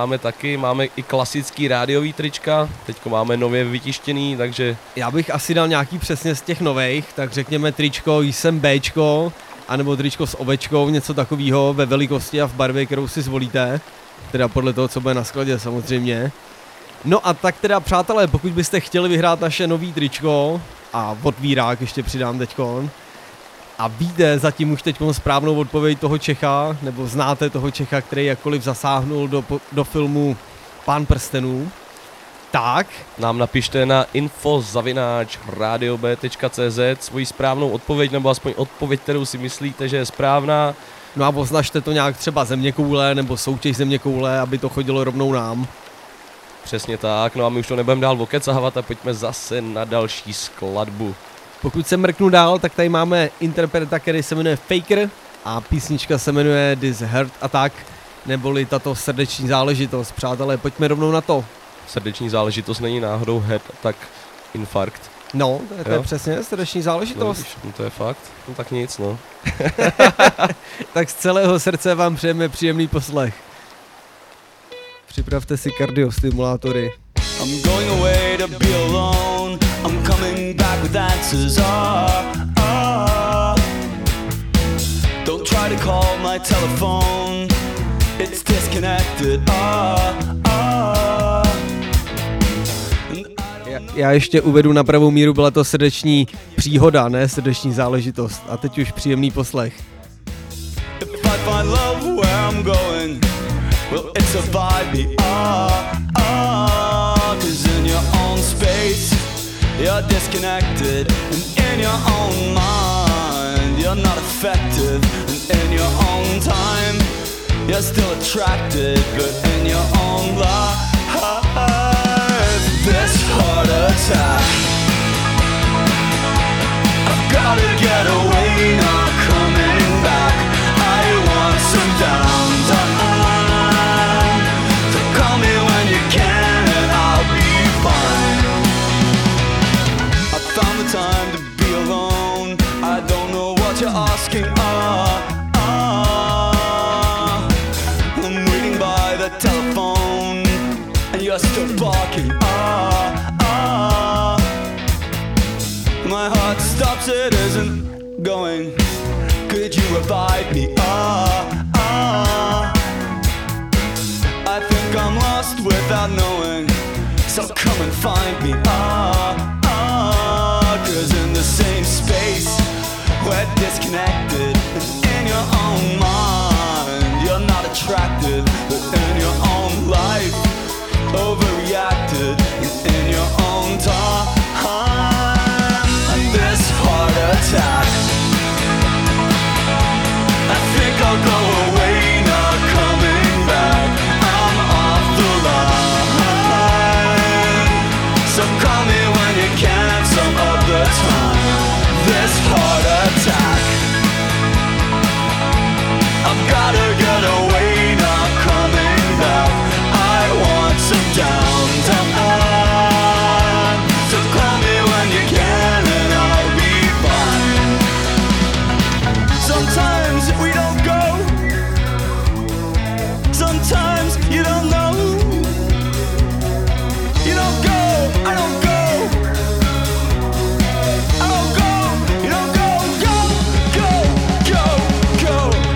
i klasický rádiový trička, teďko máme nově vytištěný, takže... Já bych asi dal nějaký přesně z těch novejch, tak řekněme tričko jsem Bčko, anebo tričko s ovečkou, něco takového ve velikosti a v barvě, kterou si zvolíte. Teda podle toho, co bude na skladě samozřejmě. No a tak teda přátelé, pokud byste chtěli vyhrát naše nový tričko a otvírák ještě přidám teďkon, a víte zatím už teďkon správnou odpověď toho Čecha, nebo znáte toho Čecha, který jakkoliv zasáhnul do filmu Pán prstenů, tak nám napište na info@radiob.cz svoji správnou odpověď, nebo aspoň odpověď, kterou si myslíte, že je správná. No a označte to nějak třeba zeměkoule nebo soutěž zeměkoule, aby to chodilo rovnou nám. Přesně tak, no a my už to nebudeme dál okecahávat a pojďme zase na další skladbu. Pokud se mrknu dál, tak tady máme interpreta, který se jmenuje Faker a písnička se jmenuje This Heart Attack, neboli tato srdeční záležitost. Přátelé, pojďme rovnou na to. Srdeční záležitost není náhodou head attack infarkt. No, to je přesně srdeční záležitost. No to je fakt, no tak nic, no. Tak z celého srdce vám přejeme příjemný poslech. Připravte si kardiostimulátory. I'm going away to be alone. I'm coming back with answers. Don't try to call my telephone. It's disconnected. Já ještě uvedu na pravou míru, byla to srdeční příhoda, ne srdeční záležitost. A teď už příjemný poslech. If I find love where I'm going, will it survive me? 'Cause in your own space, you're disconnected, and in your own mind, you're not effective, and in your own time, you're still attracted, but in your own life, this heart attack, I've gotta get away, not coming back. I want some downtime, so call me when you can and I'll be fine. I found the time to be alone, I don't know what you're asking. I'm waiting by the telephone and you're still barking. My heart stops, it isn't going. Could you revive me? I think I'm lost without knowing, so come and find me. 'Cause in the same space, we're disconnected. In your own mind, you're not attractive, but in your own life, overreacted. In your own time, this heart attack, I think I'll go away, not coming back. I'm off the line, so call me when you can some other time. This heart attack, I've gotta get away, not coming back. I want some downtime, so call me when you can and I'll be fine. Sometimes we don't go, sometimes you don't know. You don't go, I don't go, I don't go, you don't go, go, go, go, go.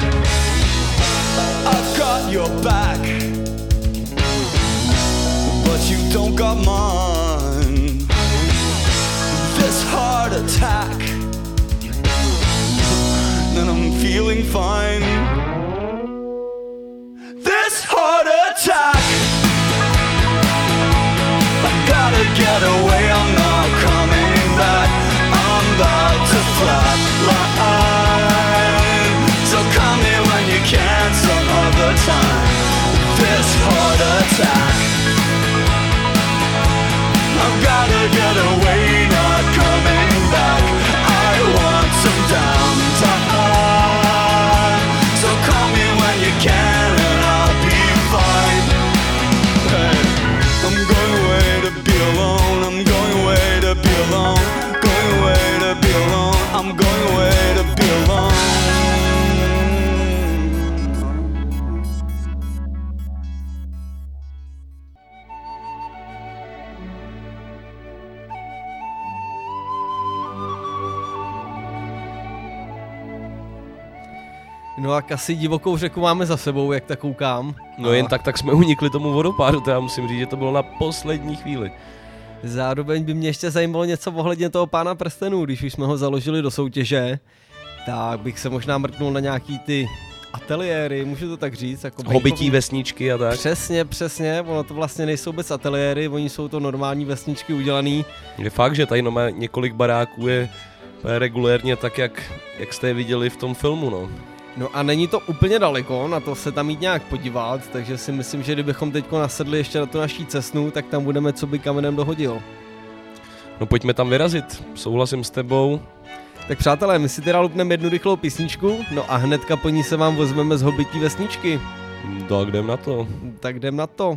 I've got your back, but you don't got mine. This heart attack, then I'm feeling fine. This heart attack, I gotta get away, I'm not coming back. I'm about to flatline, so call me when you can some other time. This heart attack, I've gotta get away, not coming back. I want some downtime, so call me when you can and I'll be fine. Hey, I'm going away to be alone, I'm going away to be alone, going away to be alone, I'm going away to be alone. No a asi divokou řeku máme za sebou, jak tak koukám. No jen tak jsme unikli tomu vodopádu, to já musím říct, že to bylo na poslední chvíli. Zároveň by mě ještě zajímalo něco ohledně toho Pána prstenů, když už jsme ho založili do soutěže, tak bych se možná mrknul na nějaký ty ateliéry, můžu to tak říct? Jako Hobití vesničky a tak. Přesně, ono to vlastně nejsou vůbec ateliéry, oni jsou to normální vesničky udělaný. Je fakt, že tady má několik baráků je regulérně tak, jak jste je viděli v tom filmu, no. No a není to úplně daleko, na to se tam jít nějak podívat, takže si myslím, že kdybychom teďko nasedli ještě na tu naší cestnu, tak tam budeme co by kamenem dohodil. No pojďme tam vyrazit, souhlasím s tebou. Tak přátelé, my si teda lupneme jednu rychlou písničku, no a hnedka po ní se vám vezmeme z hobití vesničky. Tak jdem na to. Tak jdem na to.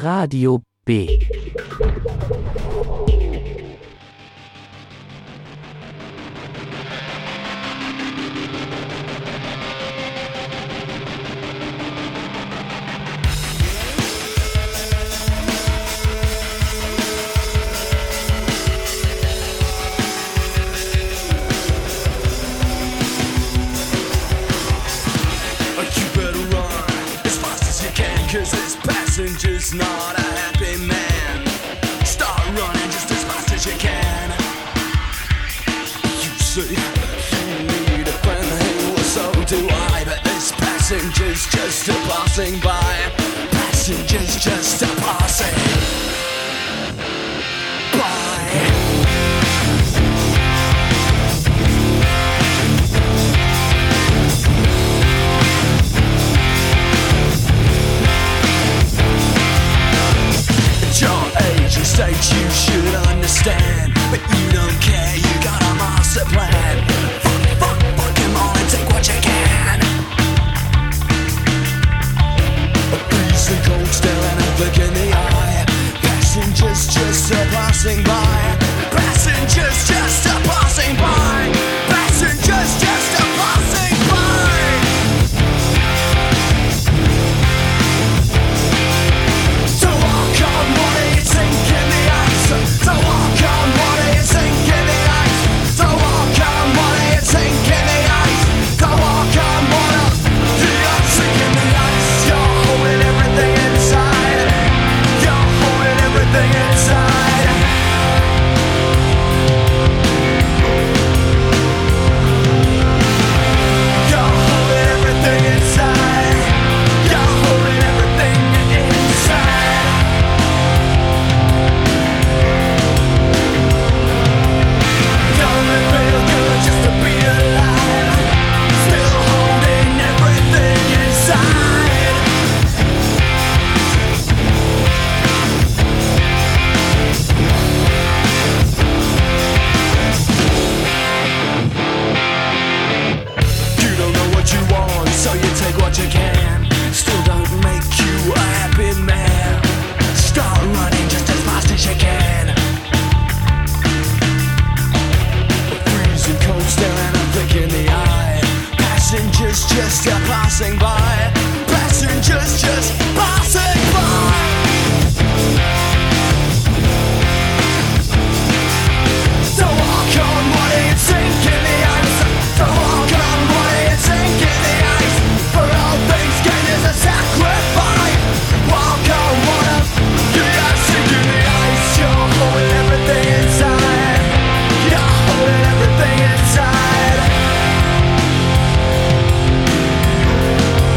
Radio B. Passenger's not a happy man. Start running just as fast as you can. You say you need a friend, hey, well so do I. But this passenger's just a passing by. Passenger's just a passing by. Your age and stage you should understand, but you don't care, you got a master plan. Fuck him all and take what you can. A freezing cold stare and a flick in the eye. Passengers just a passing by. Passengers just a passing by. Passengers just a passing by. So walk on, what are you thinking the ice? So walk on, what are you thinking the ice? So walk on, what are you thinking the ice? So walk on, what are you thinking the ice? You're holding everything inside. You're holding everything inside. You're holding everything inside. You're holding everything inside. Don't it feel good just to be alive? Still holding everything inside. You don't know what you want, so you take what you can. Still don't make you a happy man. Start running just as fast as you can. A freezing cold stare and a flick in the eye. Passengers just a passing by. Passengers just passing by. So walk on, what are you thinking the ice? So walk on, what are you thinking the ice? For all things gained is a sacrifice. Walk on, what are you thinking the ice? You're holding everything inside. You're holding everything inside.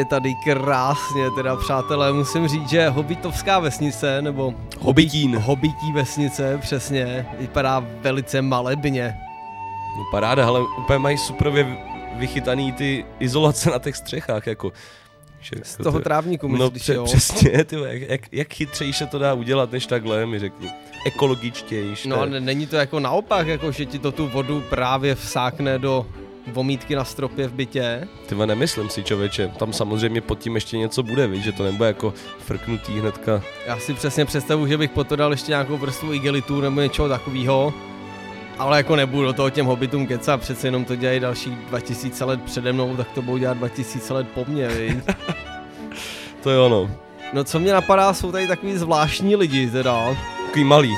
je tady krásně, teda přátelé, musím říct, že Hobbitovská vesnice, nebo Hobbití vesnice, přesně, vypadá velice malebně. No paráda, ale úplně mají superově vychytaný ty izolace na těch střechách, jako. Z toho trávníku myslíš, no, jo? Přesně, ty, jak chytřeji se to dá udělat, než takhle, mi řekni. Ekologičtější. No a není to jako naopak, jako že ti to tu vodu právě vsákne do vomítky na stropě v bytě? Tyva, nemyslím si, člověče, tam samozřejmě pod tím ještě něco bude, víš, že to nebude jako frknutý hnedka. Já si přesně představuji, že bych potom dal ještě nějakou prstovou igelitu nebo něčeho takového. Ale jako nebudu do toho těm hobbitům kecat, přece jenom to dělají dalších 2000 let přede mnou, tak to budou dělat 2000 let po mně, viď? To je ono. No co mě napadá, jsou tady takový zvláštní lidi teda. Takový malý.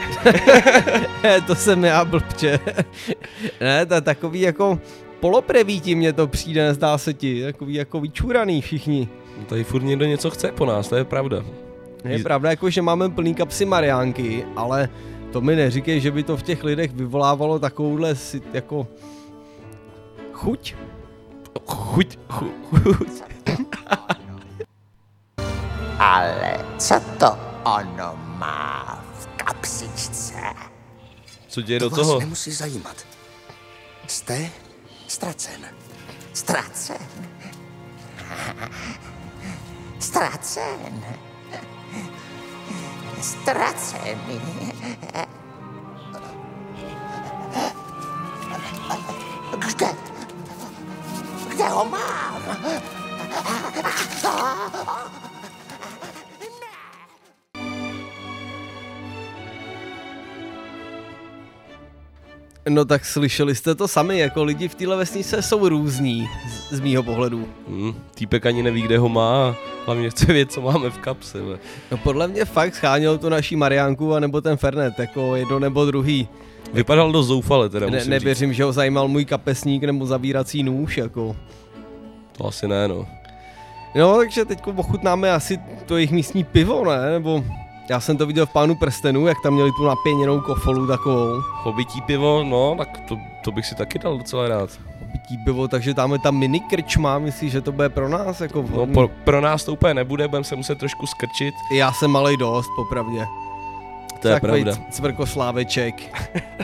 To jsem já, blbče. Ne, to je takový jako poloprevíti mně to přijde, nezdá se ti, takový jako vyčuraný všichni. No tady furt někdo něco chce po nás, to je pravda. Je pravda, jako že máme plný kapsy Mariánky, ale to mi neříkej, že by to v těch lidech vyvolávalo takovouhle jako chuť. Chuť. Ale co to ono má v kapsičce? Co děje do To toho? vás nemusí zajímat. Jste ztracen. Ztracen. Ztracen. Ztracený. Kde ho mám? No tak slyšeli jste to sami, jako lidi v téhle vesnice jsou různí, z mýho pohledu. Týpek ani neví, kde ho má a hlavně chce vědět, co máme v kapse. No podle mě fakt scháněl to naší Mariánku anebo ten Fernet, jako jedno nebo druhý. Vypadal dost zoufale teda, musím Nevěřím, říct. že ho zajímal můj kapesník nebo zavírací nůž, jako. To asi ne, no. No, takže teď ochutnáme asi to jejich místní pivo, ne? Nebo já jsem to viděl v Pánu prstenů, jak tam měli tu napěněnou kofolu takovou. Hobití pivo, no, tak to bych si taky dal docela rád. Hobití pivo, takže tam je ta mini krčma, myslíš, že to bude pro nás jako vhodný? No, pro nás to úplně nebude, budeme se muset trošku skrčit. Já jsem malej dost, popravdě. To je pravda. Cvrkosláveček.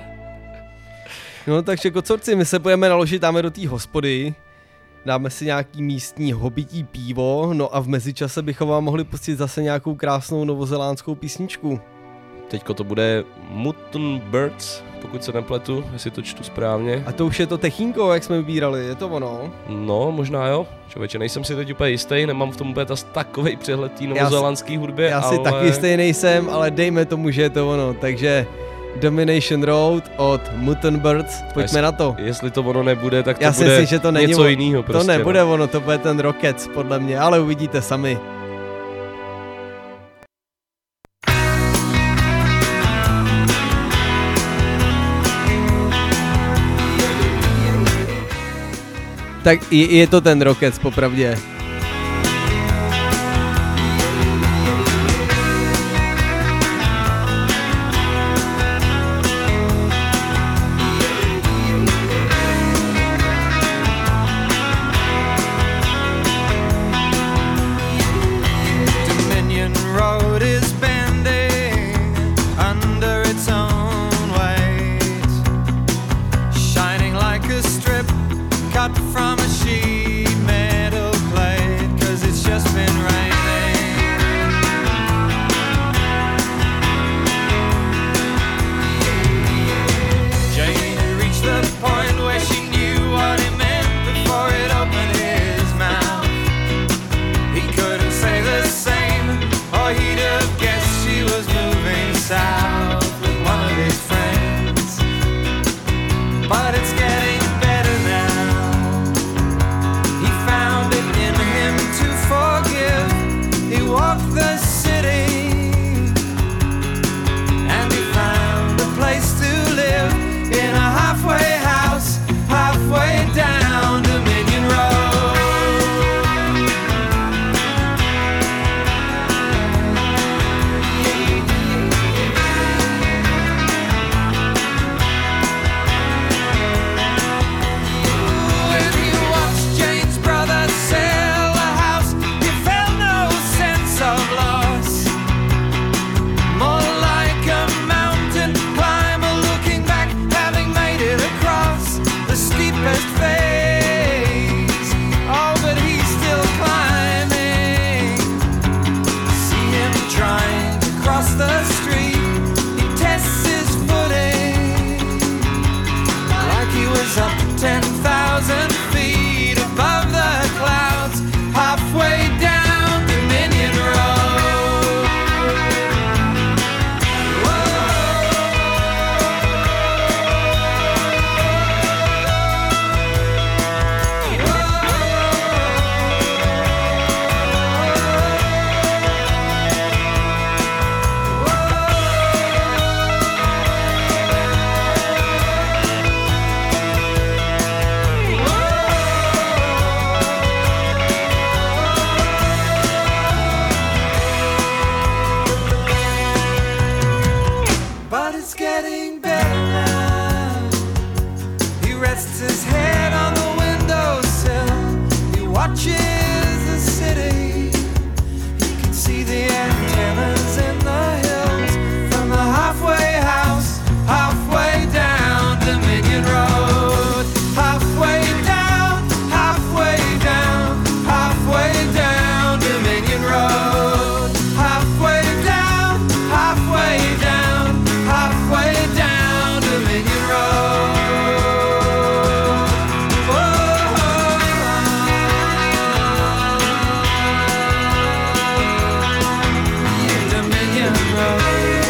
No takže kocorci, my se budeme naložit dáme do té hospody, dáme si nějaký místní hobití pivo, no a v mezičase bychom vám mohli pustit zase nějakou krásnou novozélandskou písničku. Teďko to bude Mutton Birds, pokud se nepletu, jestli to čtu správně. A to už je to techínko, jak jsme vybírali, je to ono? No, možná jo. Člověče, nejsem si teď úplně jistý, nemám v tom úplně takovej přehled té novozélandské hudbě, Já ale... si taky jistý nejsem, ale dejme tomu, že je to ono, takže Domination Road od Mutton Birds, pojďme na to. Jestli to ono nebude, tak to Já bude si, že to není něco jiného prostě. To nebude ono, to bude ten Rockets podle mě, ale uvidíte sami. Tak je to ten Rockets, popravdě. Dominion Road is bending under its own weight, shining like a strip cut from a sheet metal plate. the street. He tests his footing like he was up 10,000 feet above the clouds, halfway down Dominion Road. But it's getting better now. He rests his head on the windowsill. He watches the city. He can see the antennas in the hills from the halfway house, halfway down Dominion Road. Halfway down, halfway down, halfway down Dominion Road. Halfway down, halfway down, halfway down Dominion Road. Dominion Road.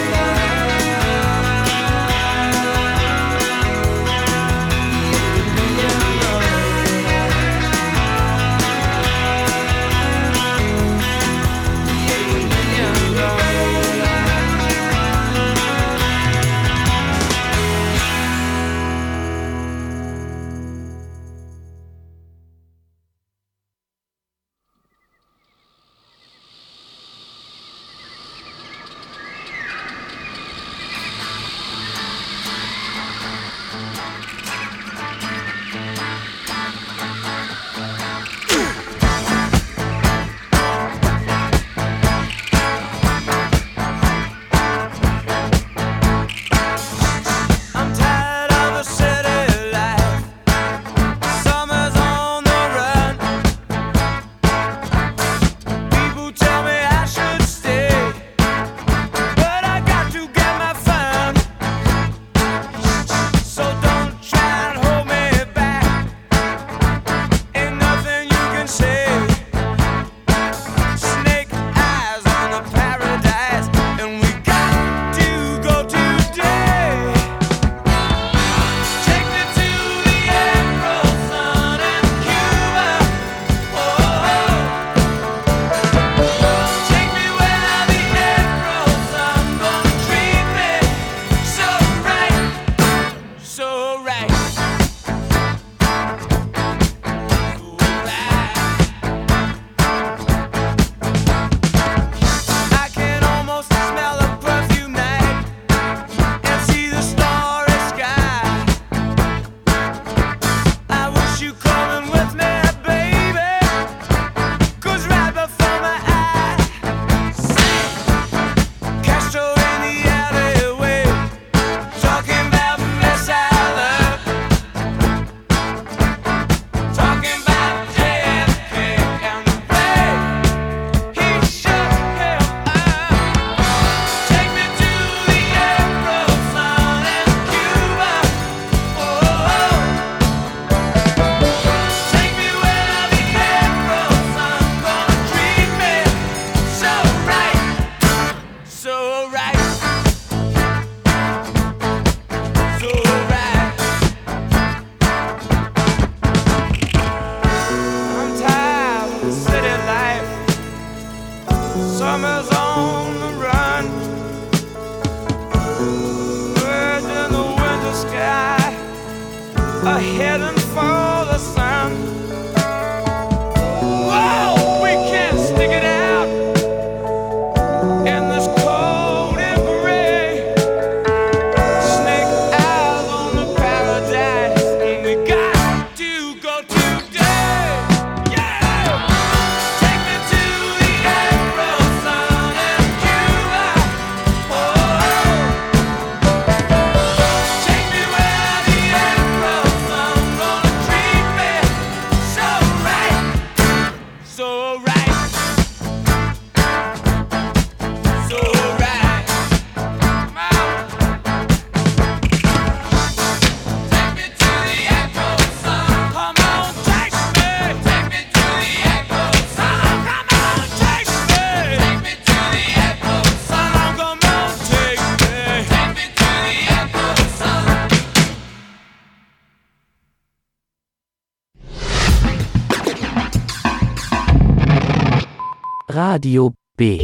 I'm tired of the city life. Summer's on the run. People tell me I should stay, but I got to get my fun. So don't try and hold me back. Ain't nothing you can say. Snake eyes on the paradise, and we got to go today. Take me to the April sun and Cuba. Take me where the April sun gonna treat me so right, so right, I can almost smell the perfume night and see the starry sky. I wish you coming with me, baby, 'cause right before my eyes, Castro in the alleyway, talking about missile love, talking about JFK and the way he shook him up. Take me to the April sun and Cuba. Take me where the April sun gonna treat me so right, so right, so right. I'm tired of the city life. Summer's on the run. Birds in the winter sky are heading for the sun. Whoa, we can't stick it out in this cold and gray. Snake eyes on the paradise, and we got to go today. Yeah, take me to the April sun and Cuba. Take me where the April sun gonna treat Radio B.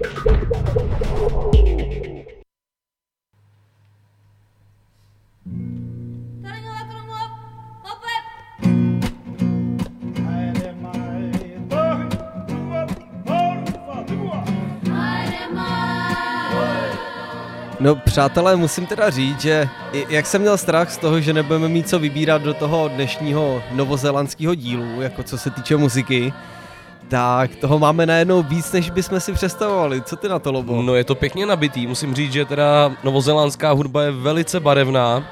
No přátelé, musím teda říct, že jak jsem měl strach z toho, že nebudeme mít co vybírat do toho dnešního novozélandského dílu, jako co se týče muziky, tak toho máme najednou víc, než bychom si představovali. Co ty na to, Lobo? No je to pěkně nabitý, musím říct, že teda novozélandská hudba je velice barevná.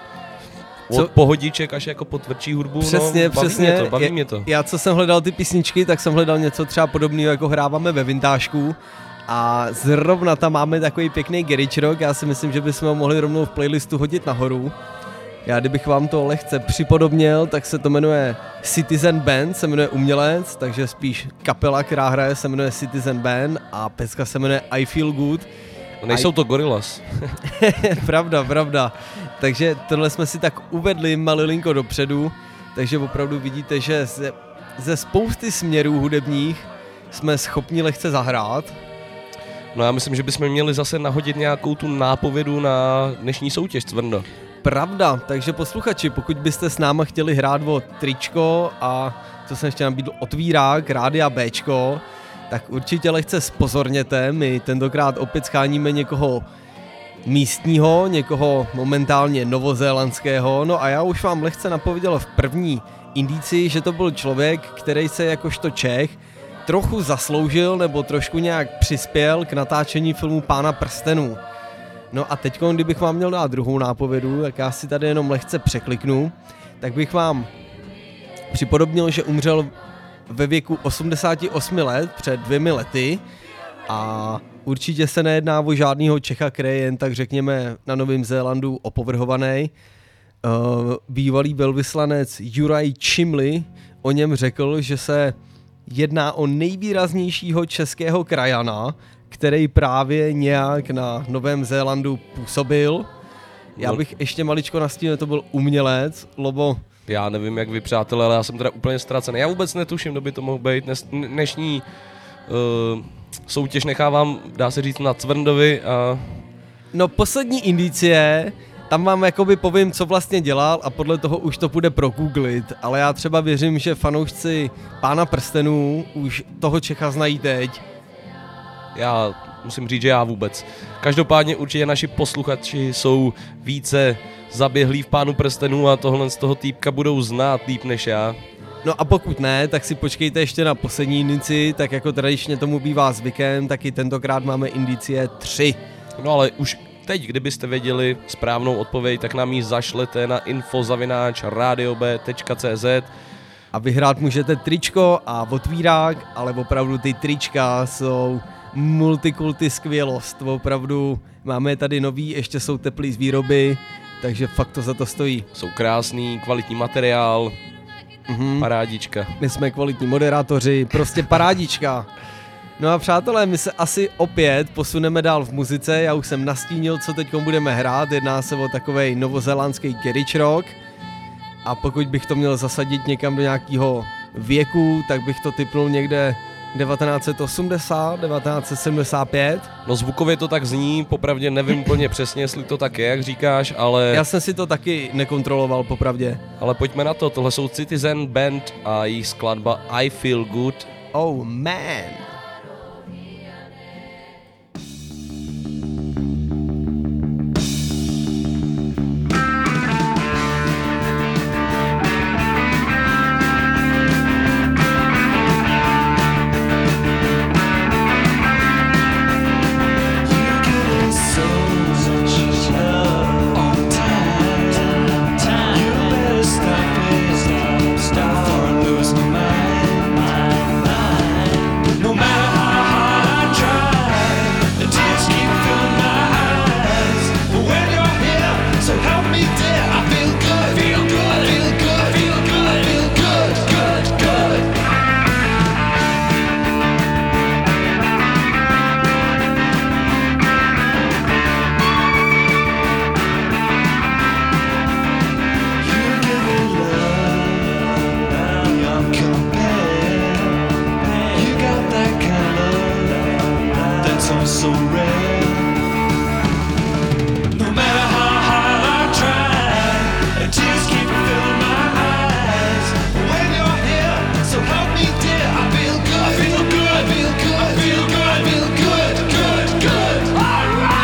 Od pohodiček až jako po tvrdší hudbu, přesně, no, baví mě to. Já co jsem hledal ty písničky, tak jsem hledal něco třeba podobného, jako hráváme ve Vintážku. A zrovna tam máme takový pěkný garage rock, já si myslím, že bychom ho mohli rovnou v playlistu hodit nahoru. Já kdybych vám to lehce připodobnil, tak se to jmenuje Citizen Band, se jmenuje umělec, takže spíš kapela, která hraje, se jmenuje Citizen Band a pecka se jmenuje I Feel Good. Nejsou to Gorillaz. Pravda. Takže tohle jsme si tak uvedli malilinko dopředu, takže opravdu vidíte, že ze spousty směrů hudebních jsme schopni lehce zahrát. No já myslím, že bychom měli zase nahodit nějakou tu nápovědu na dnešní soutěž, Cvrndo. Pravda, takže posluchači, pokud byste s náma chtěli hrát o tričko a co jsem ještě nabídl, otvírák, rádia Bčko, tak určitě lehce zpozorněte, my tentokrát opět scháníme někoho místního, někoho momentálně novozélandského, no a já už vám lehce napověděl v první indici, že to byl člověk, který se jakožto Čech trochu zasloužil nebo trošku nějak přispěl k natáčení filmu Pána prstenů. No a teď, kdybych vám měl dát druhou nápovědu, tak já si tady jenom lehce překliknu, tak bych vám připodobnil, že umřel ve věku 88 let, před 2 lety a určitě se nejedná o žádnýho Čecha, který je jen tak řekněme na Novém Zélandu opovrhovaný. Bývalý velvyslanec Juraj Chimley o něm řekl, že se jedná o nejvýraznějšího českého krajana, který právě nějak na Novém Zélandu působil. Já bych ještě maličko nastínil, to byl umělec, Lobo. Já nevím, jak vy, přátelé, ale já jsem teda úplně ztracený. Já vůbec netuším, kdo by to mohl být. Dnešní soutěž nechávám, dá se říct, na Cvrndovi a... No poslední indicie, tam vám jakoby povím, co vlastně dělal a podle toho už to půjde progooglit, ale já třeba věřím, že fanoušci Pána prstenů už toho Čecha znají teď. Já musím říct, že já vůbec. Každopádně určitě naši posluchači jsou více zaběhlí v Pánu prstenů a tohle z toho týpka budou znát líp než já. No a pokud ne, tak si počkejte ještě na poslední indici, tak jako tradičně tomu bývá zvykem, taky tentokrát máme indicie 3. No ale už teď, kdybyste věděli správnou odpověď, tak nám ji zašlete na info@radiob.cz a vyhrát můžete tričko a otvírák, ale opravdu ty trička jsou multikulty skvělost, opravdu máme tady nový, ještě jsou teplý z výroby, takže fakt to za to stojí. Jsou krásný, kvalitní materiál, parádička. My jsme kvalitní moderátoři, prostě parádička. No a přátelé, my se asi opět posuneme dál v muzice, já už jsem nastínil, co teď budeme hrát, jedná se o takovej novozélandský garage rock a pokud bych to měl zasadit někam do nějakého věku, tak bych to tipnul někde 1980, 1975. No zvukově to tak zní, popravdě nevím úplně přesně, jestli to tak je, jak říkáš, ale... Já jsem si to taky nekontroloval, popravdě. Ale pojďme na to, tohle jsou Citizen Band a jejich skladba I Feel Good. Oh man. No matter love so rare. No matter how hard I try, tears keep filling my eyes. When you're here, so help me dear, I feel good, I feel good, I feel good, I feel good, I feel good, good, good. Alright.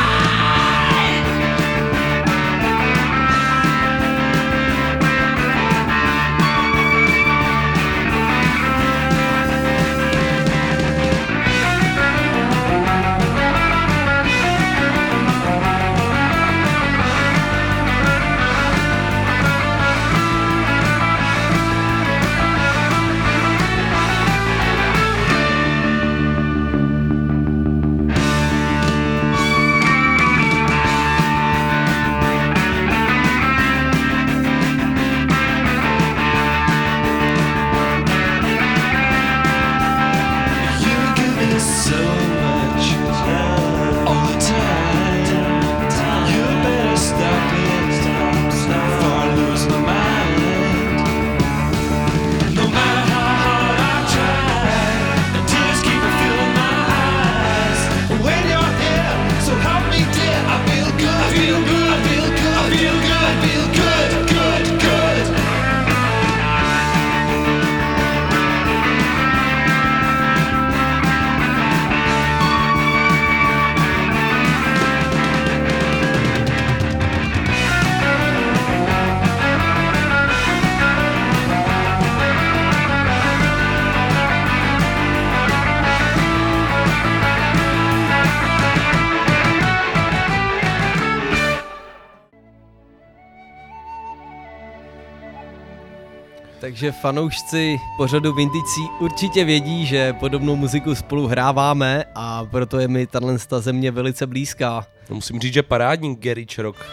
Takže fanoušci pořadu Vindicí určitě vědí, že podobnou muziku spolu hráváme a proto je mi tato země velice blízká. No, musím říct, že parádní garage rock.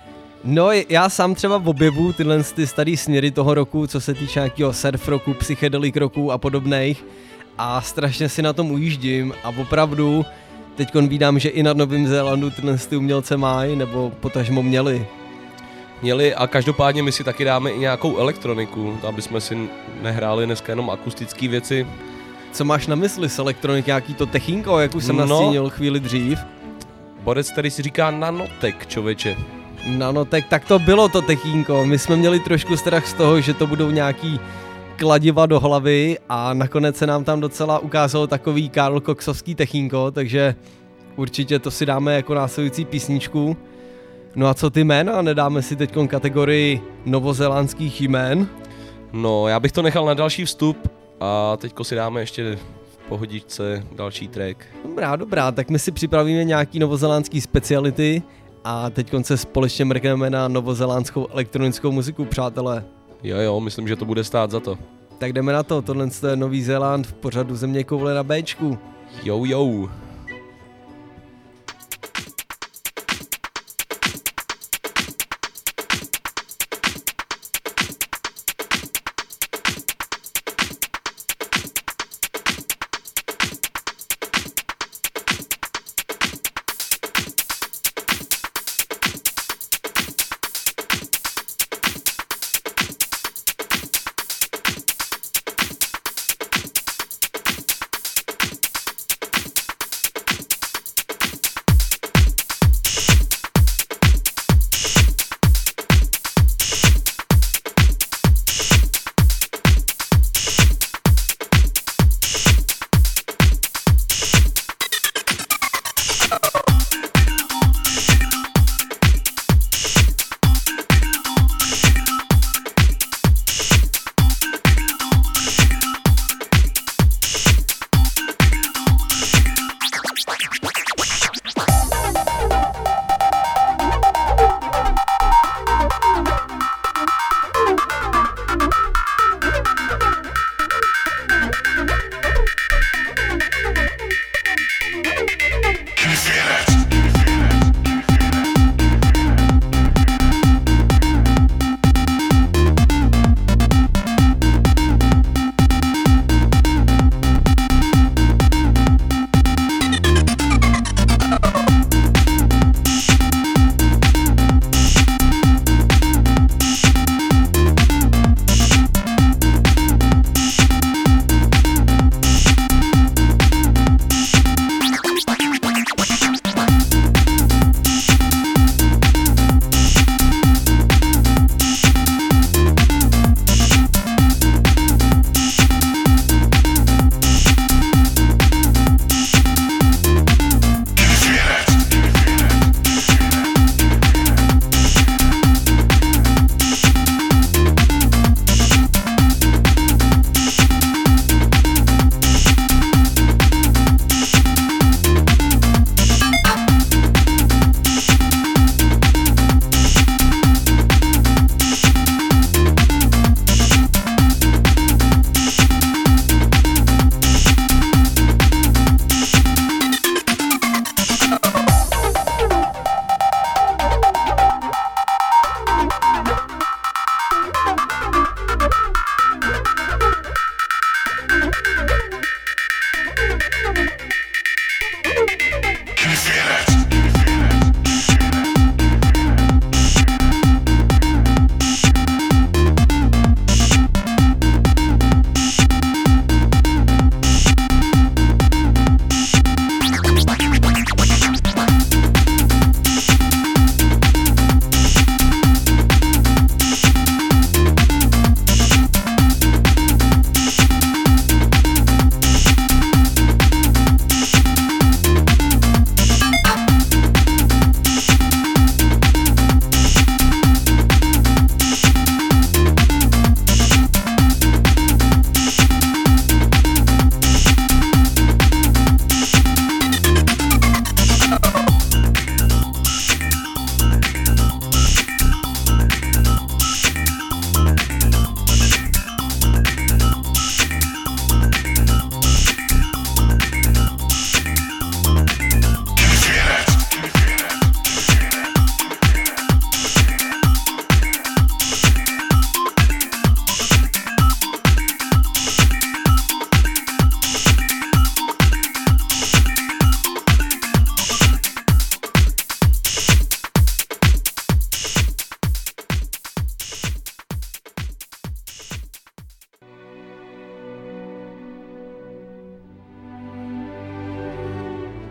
No, já sám třeba objevu tyhle ty starý směry toho roku, co se týče nějakého surf roku, psychedelic roku a podobných a strašně si na tom ujíždím a opravdu teďkon vídám, že i na Novém Zélandu tyhle ty umělce mají, nebo potažmo měli. Měli a každopádně my si taky dáme i nějakou elektroniku, aby jsme si nehráli dneska jenom akustické věci. Co máš na mysli s elektroniky, jaký to techínko, jak už jsem nastínil chvíli dřív? Borec tady si říká nanotek, člověče. Nanotek, tak to bylo to techínko, my jsme měli trošku strach z toho, že to budou nějaký kladiva do hlavy a nakonec se nám tam docela ukázalo takový Karl Coxovský techínko, takže určitě to si dáme jako následující písničku. No a co ty jména? Nedáme si teďkon kategorii novozélandských jmén? No, já bych to nechal na další vstup a teďko si dáme ještě v pohodičce další track. Dobrá, tak my si připravíme nějaký novozélandský speciality a teďkon se společně mrkneme na novozélandskou elektronickou muziku, přátelé. Jo, myslím, že to bude stát za to. Tak jdeme na to, tohle je Nový Zéland v pořadu Země koule na Bčku. Jo.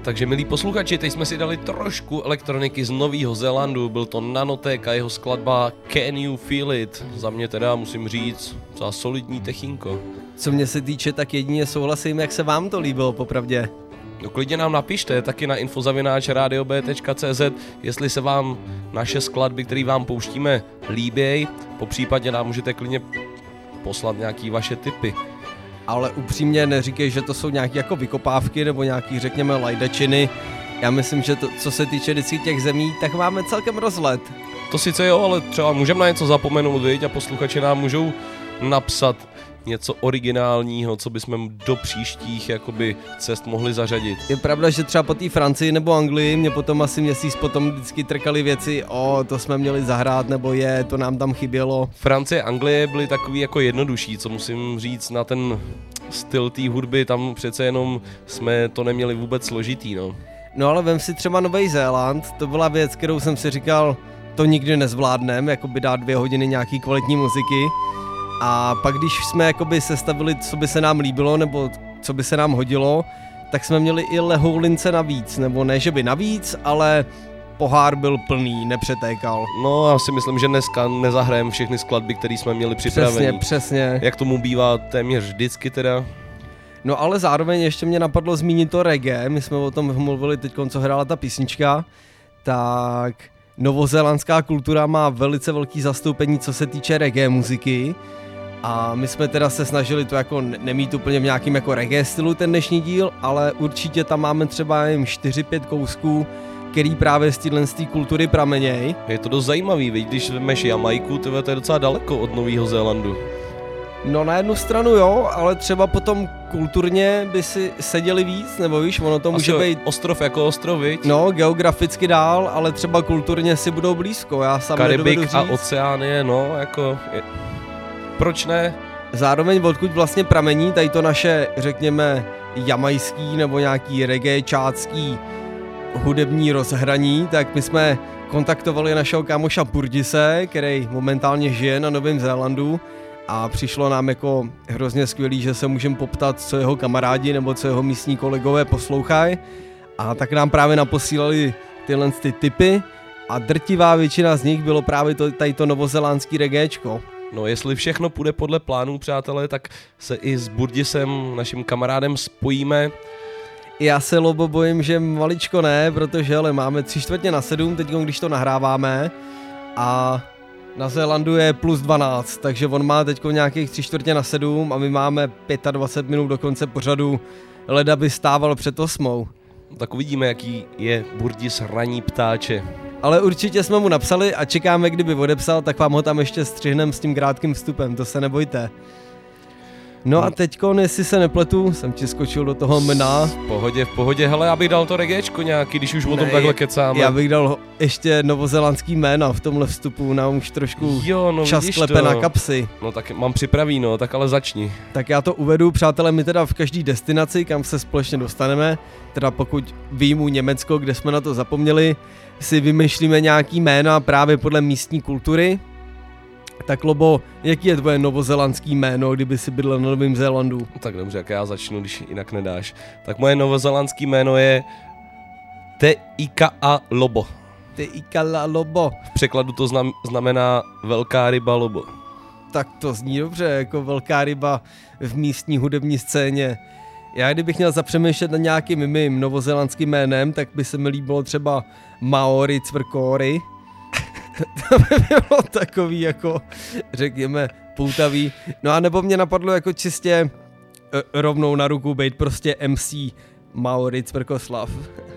Takže milí posluchači, teď jsme si dali trošku elektroniky z Nového Zélandu, byl to Nanotek a jeho skladba Can You Feel It. Za mě teda musím říct, za solidní techinko. Co mě se týče, tak jedině souhlasím, jak se vám to líbilo, popravdě. No klidně nám napište taky na info@radiob.cz, jestli se vám naše skladby, které vám pouštíme, líběj, popřípadě nám můžete klidně poslat nějaký vaše tipy. Ale upřímně neříkej, že to jsou nějaké jako vykopávky nebo nějaký, řekněme, lajdačiny. Já myslím, že to, co se týče vždycky těch zemí, tak máme celkem rozlet. To sice jo, ale třeba můžeme na něco zapomenout, viď? A posluchači nám můžou napsat něco originálního, co bychom do příštích jakoby cest mohli zařadit. Je pravda, že třeba po té Francii nebo Anglii mě potom asi měsíc potom vždycky trkali věci, to jsme měli zahrát, nebo to nám tam chybělo. Francie a Anglie byly takový jako jednodušší, co musím říct na ten styl té hudby, tam přece jenom jsme to neměli vůbec složitý, no. No ale vem si třeba Nový Zéland, to byla věc, kterou jsem si říkal, to nikdy nezvládnem, jakoby dát 2 hodiny nějaký kvalitní muziky. A pak když jsme jakoby sestavili, co by se nám líbilo, nebo co by se nám hodilo, tak jsme měli i lehoulince navíc, nebo ne, že by navíc, ale pohár byl plný, nepřetékal. No já si myslím, že dneska nezahrajeme všechny skladby, které jsme měli připravené. Přesně. Jak tomu bývá téměř vždycky teda. No ale zároveň ještě mě napadlo zmínit to reggae, my jsme o tom mluvili teď, co hrála ta písnička, tak novozélandská kultura má velice velký zastoupení, co se týče reggae muziky. A my jsme teda se snažili to jako nemít úplně v nějakým jako reggae stylu ten dnešní díl, ale určitě tam máme třeba jen 4-5 kousků, který právě z této kultury prameněj. Je to dost zajímavý, viď? Když vemeš Jamajku, to je docela daleko od Nového Zélandu. No na jednu stranu jo, ale třeba potom kulturně by si seděli víc, nebo víš, ono to může být... Ostrov jako ostrov, viď? No, geograficky dál, ale třeba kulturně si budou blízko, já sám nedovedu říct. Karibik a Oceánie, no, jako... Proč ne? Zároveň odkud vlastně pramení tady to naše, řekněme, jamajský nebo nějaký reggae čácký hudební rozhraní, tak my jsme kontaktovali našeho kámoša Purdise, který momentálně žije na Novém Zélandu a přišlo nám jako hrozně skvělý, že se můžeme poptat, co jeho kamarádi nebo co jeho místní kolegové poslouchají, a tak nám právě naposílali tyhle ty tipy a drtivá většina z nich bylo právě tady to novozélandský reggaečko. No jestli všechno půjde podle plánů, přátelé, tak se i s Burdisem, naším kamarádem, spojíme. Já se, Lobo, bojím, že maličko ne, protože ale máme 6:45 teď, když to nahráváme, a na Zélandu je +12, takže on má teď nějakých 6:45 a my máme 25 minut do konce pořadu, leda by stával před 8. Tak uvidíme, jaký je Burdis ranní ptáče. Ale určitě jsme mu napsali a čekáme, kdyby odepsal, tak vám ho tam ještě střihneme s tím krátkým vstupem, to se nebojte. No a teďkon, jestli se nepletu, jsem ti skočil do toho mna. V pohodě, hele, já bych dal to reggaečko nějaký, když už o tom takhle kecáme. Já bych dal ještě novozélandský jméno v tomhle vstupu, nám už trošku čas klepe na kapsy. No tak mám připraví, no, tak ale začni. Tak já to uvedu, přátelé, my teda v každé destinaci, kam se společně dostaneme, teda pokud vyjmu Německo, kde jsme na to zapomněli, si vymýšlíme nějaký jména právě podle místní kultury. Tak Lobo, jaký je tvoje novozélandský jméno, kdyby si bydlel na Novém Zélandu? Tak dobře, jak já začnu, když jinak nedáš. Tak moje novozélandský jméno je Te Ika Lobo. Te Ika Lobo. V překladu to znamená velká ryba Lobo. Tak to zní dobře, jako velká ryba v místní hudební scéně. Já kdybych měl zapřemýšlet na nějakým mým novozélandským jménem, tak by se mi líbilo třeba Maori Cvrkory. To by bylo takový jako, řekněme, poutavý. No a nebo mě napadlo jako čistě rovnou na ruku být prostě MC Maori Cvrkoslav.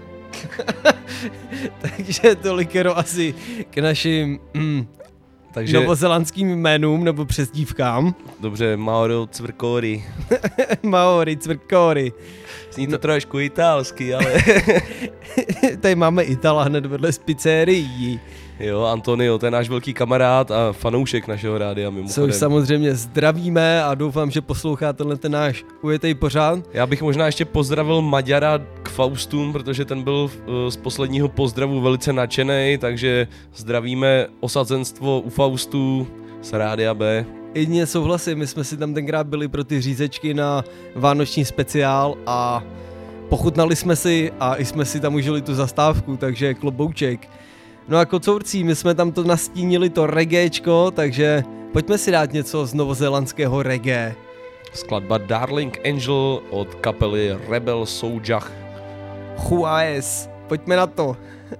Takže tolikero asi k našim novozélandským jménům nebo přezdívkám. Dobře, Maori Cvrkory. Maori Cvrkory. Zní to trošku italsky, ale... Tady máme Itala hned vedle z pizzerií. Jo, Antonio, to je náš velký kamarád a fanoušek našeho rádia mimochodem. Což samozřejmě zdravíme a doufám, že poslouchá ten náš ujetej pořád. Já bych možná ještě pozdravil Maďara k Faustům, protože ten byl z posledního pozdravu velice nadšenej, takže zdravíme osazenstvo u Faustů z Rádia B. Jedině souhlasím, my jsme si tam tenkrát byli pro ty řízečky na vánoční speciál a Pochutnali jsme si a i jsme si tam užili tu zastávku, takže klobouček. No a kocourcí, my jsme tam to nastínili to reggaečko, takže pojďme si dát něco z novozélandského reggae. Skladba Darling Angel od kapely Rebel Soulja. Juárez, pojďme na to.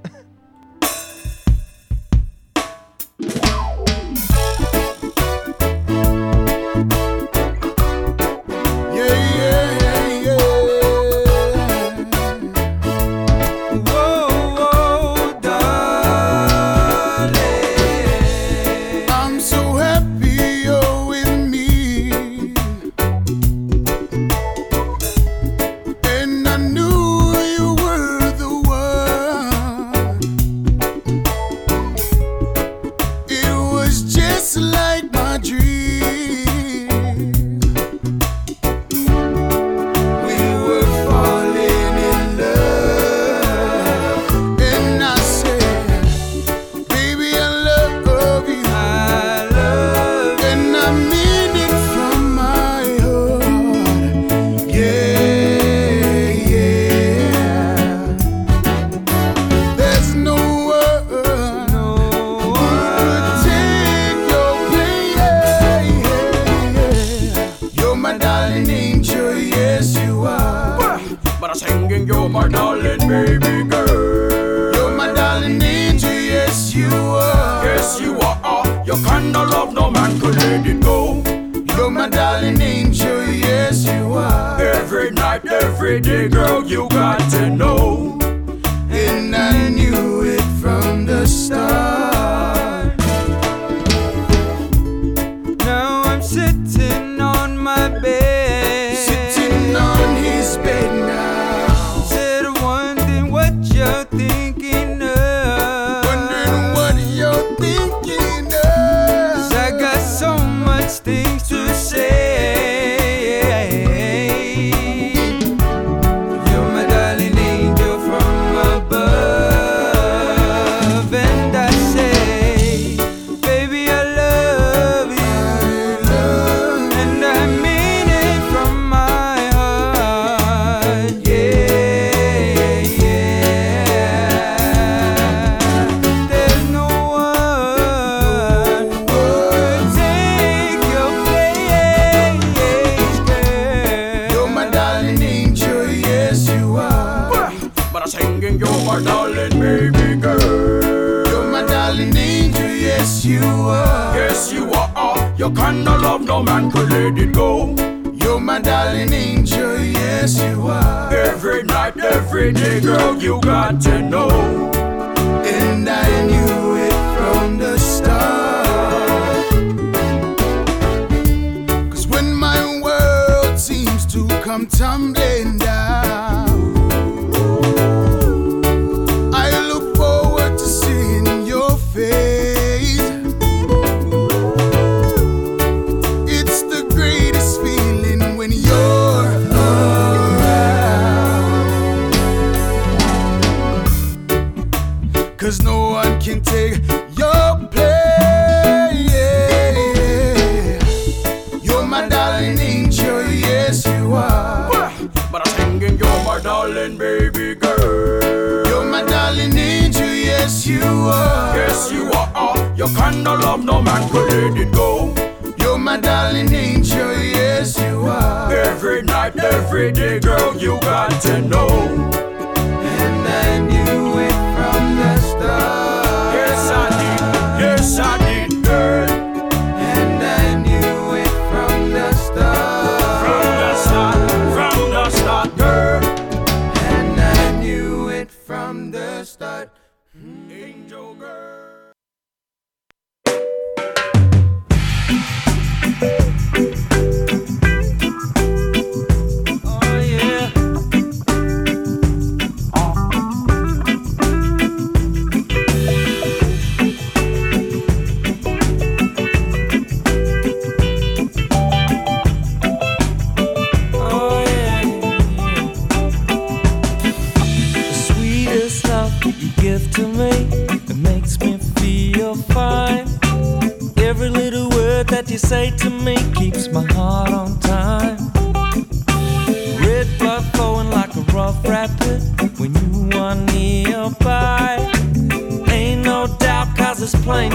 that you say to me keeps my heart on time. Red blood flowing like a rough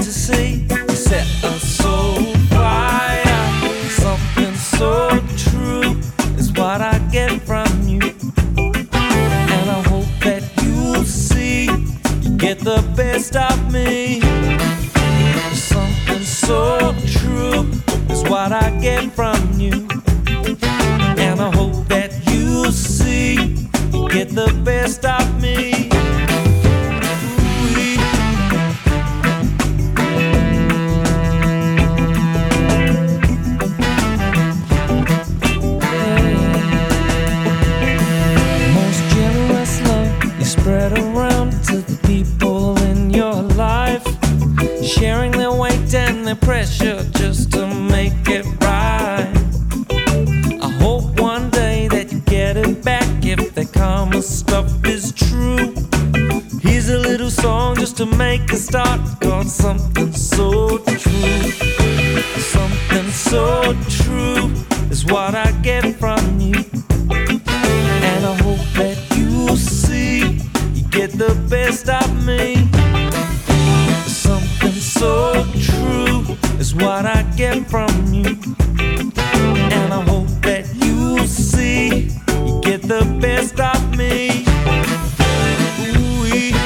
to see. You set us so fire. Something so true is what I get from you. And I hope that you'll see you get the best of me. Something so true is what I get from you. And I hope that you'll see you get the best of me. Spread around to the people in your life, sharing their weight and their pressure just to make it right. I hope one day that you get it back if the karma stuff is true. Here's a little song just to make a start, called Something So True. Something so true is what I get from you. And I hope that you'll see get the best of me. Something so true is what I get from you. And I hope that you'll see you get the best of me. Ooh-wee.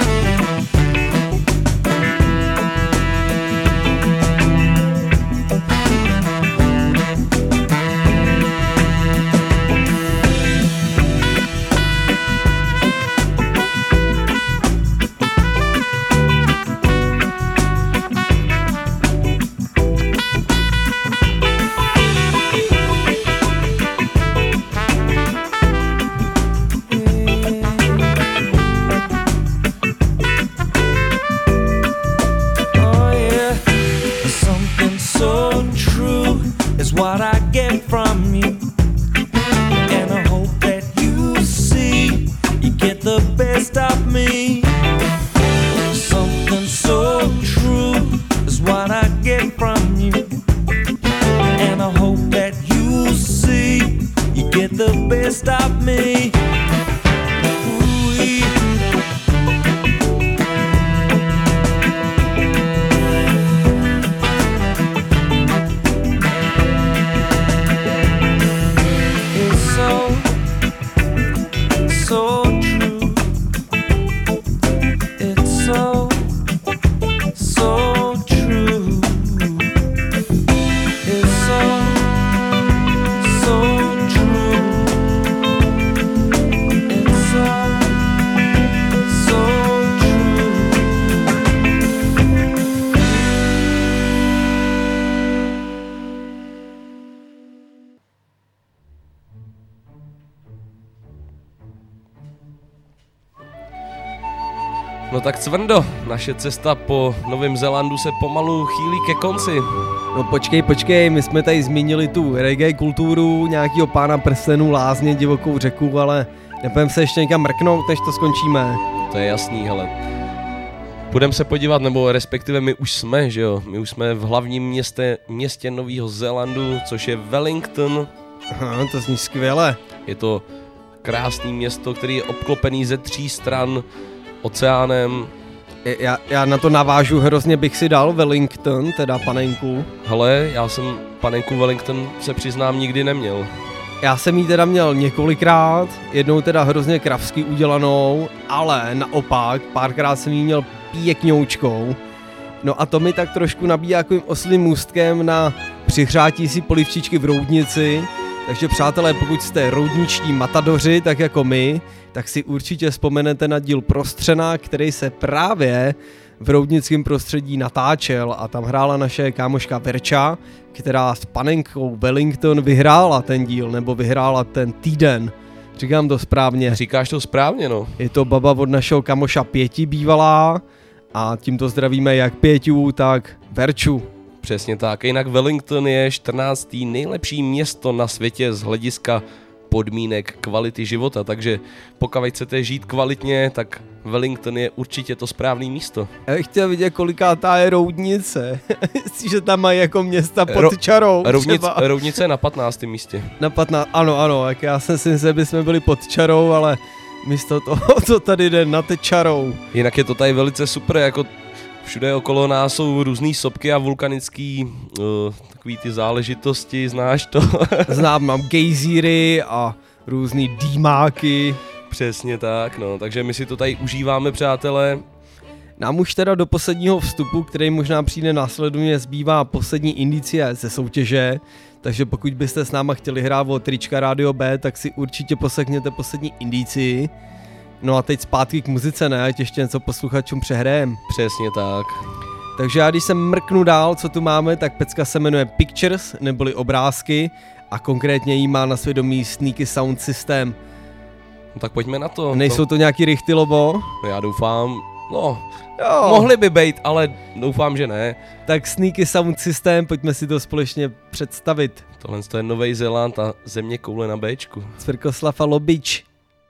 What I get from you. And I hope that you see you get the best of me. Something so true is what I get from you. And I hope that you see you get the best of me. Ooh-wee. So true. It's so true. It's so true. It's so true. No tak Cvrndo, naše cesta po Novém Zélandu se pomalu chýlí ke konci. No počkej, my jsme tady zmínili tu reggae kulturu, nějakýho Pána prstenů, lázně, divokou řeku, ale nepůjdeme se ještě někam mrknout, než to skončíme. To je jasný, hele. Půjdeme se podívat, nebo respektive my už jsme, že jo? My už jsme v hlavním městě Nového Zélandu, což je Wellington. Aha, to zní skvěle. Je to krásný město, který je obklopený ze 3 stran oceánem. Já na to navážu, hrozně bych si dal Wellington, teda panenku. Hele, já jsem panenku Wellington, se přiznám, nikdy neměl. Já jsem ji teda měl několikrát, jednou teda hrozně kravsky udělanou, ale naopak párkrát jsem ji měl pěkňoučkou. No a to mi tak trošku nabíjá takovým oslým můstkem na přihřátí si polivčičky v roudnici. Takže přátelé, pokud jste roudničtí matadoři, tak jako my, tak si určitě vzpomenete na díl Prostřena, který se právě v roudnickém prostředí natáčel a tam hrála naše kámoška Verča, která s panenkou Wellington vyhrála ten díl, nebo vyhrála ten týden. Říkám to správně. Říkáš to správně, no. Je to baba od našeho kamoša Pěti bývalá a tímto zdravíme jak Pěťu, tak Verču. Přesně tak, jinak Wellington je 14. nejlepší město na světě z hlediska podmínek kvality života, takže pokud chcete žít kvalitně, tak Wellington je určitě to správné místo. Já bych chtěl vidět, kolikátá je roudnice, že tam mají jako města pod čarou. Roudnice je na 15. místě. Na 15, ano, jak já jsem si myslel, že jsme byli pod čarou, ale místo toho, co tady jde nad čarou. Jinak je to tady velice super, jako Všude okolo nás jsou různý sopky a vulkanický takový ty záležitosti, znáš to? Znám, mám gejzíry a různý dýmáky. Přesně tak, no, takže my si to tady užíváme, přátelé. Nám už teda do posledního vstupu, který možná přijde následovně, zbývá poslední indicie ze soutěže, takže pokud byste s náma chtěli hrát o trička Radio B, tak si určitě poslechněte poslední indicii. No a teď zpátky k muzice, ne? Ať ještě něco posluchačům přehrajem. Přesně tak. Takže já když se mrknu dál, co tu máme, tak pecka se jmenuje Pictures, neboli obrázky, a konkrétně jí má na svědomí Sneaky Sound System. No tak pojďme na to. Nejsou to nějaký rychty, Lobo? No já doufám, mohli by být, ale doufám, že ne. Tak Sneaky Sound System, pojďme si to společně představit. Tohle je Nový Zéland a země koule na Bčku. Cvrkoslav a Lobič.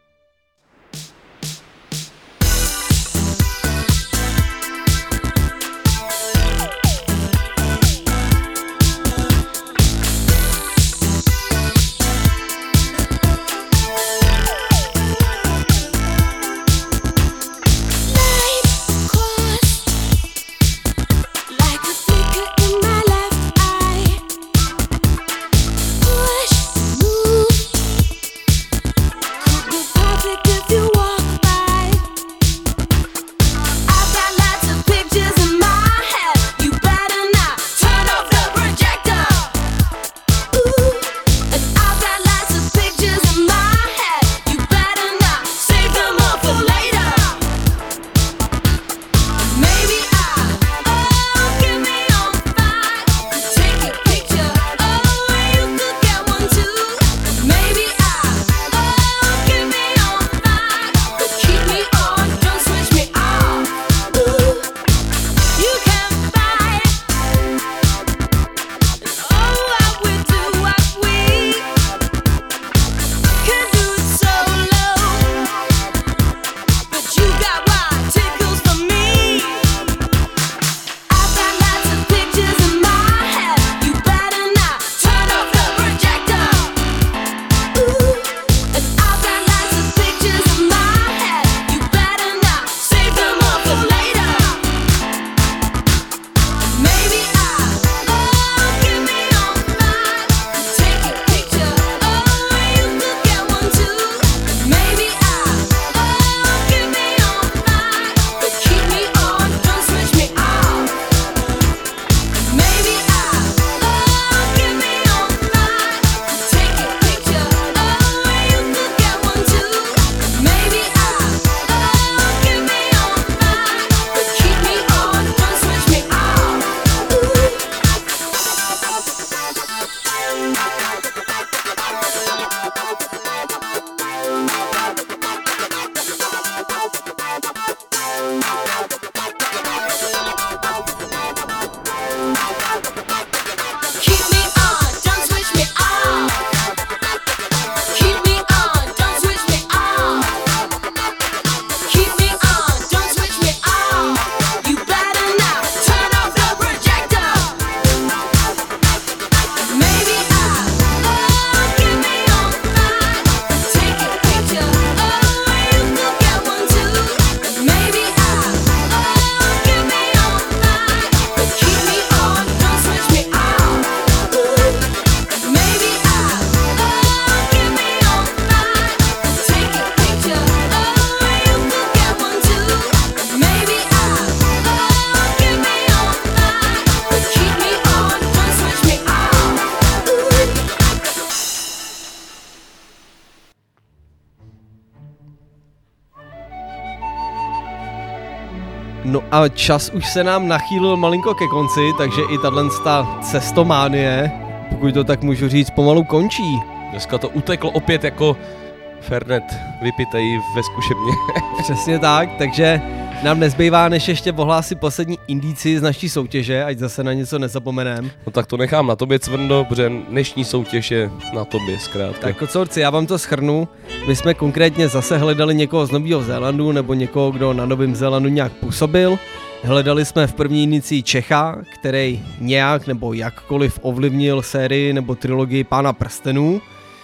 No a čas už se nám nachýlil malinko ke konci, takže i tato cestománie, pokud to tak můžu říct, pomalu končí. Dneska to uteklo opět jako Fernet vypitej ve zkušebně. Přesně tak, takže nám nezbývá, než ještě ohlásit poslední indici z naší soutěže, ať zase na něco nezapomenem. No tak to nechám na tobě, Cvrndo, protože dnešní soutěž je na tobě zkrátka. Tak kocourci, já vám to shrnu. My jsme konkrétně zase hledali někoho z Nového Zélandu nebo někoho, kdo na Novém Zélandu nějak působil. Hledali jsme v první indici Čecha, který nějak nebo jakkoliv ovlivnil sérii nebo trilogii Pána prstenů.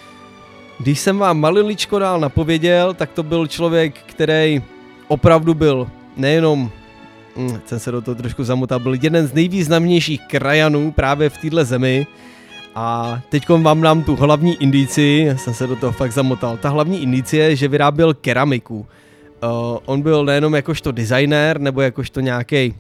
Když jsem vám maliličko dál napověděl, tak to byl člověk, který opravdu byl nejenom jsem se do toho trošku zamotal, byl jeden z nejvýznamnějších krajanů právě v téhle zemi. A teď vám dám tu hlavní indici, já jsem se do toho fakt zamotal. Ta hlavní indicie je, že vyráběl keramiku. On byl nejenom jakožto designér, nebo jakožto nějaký,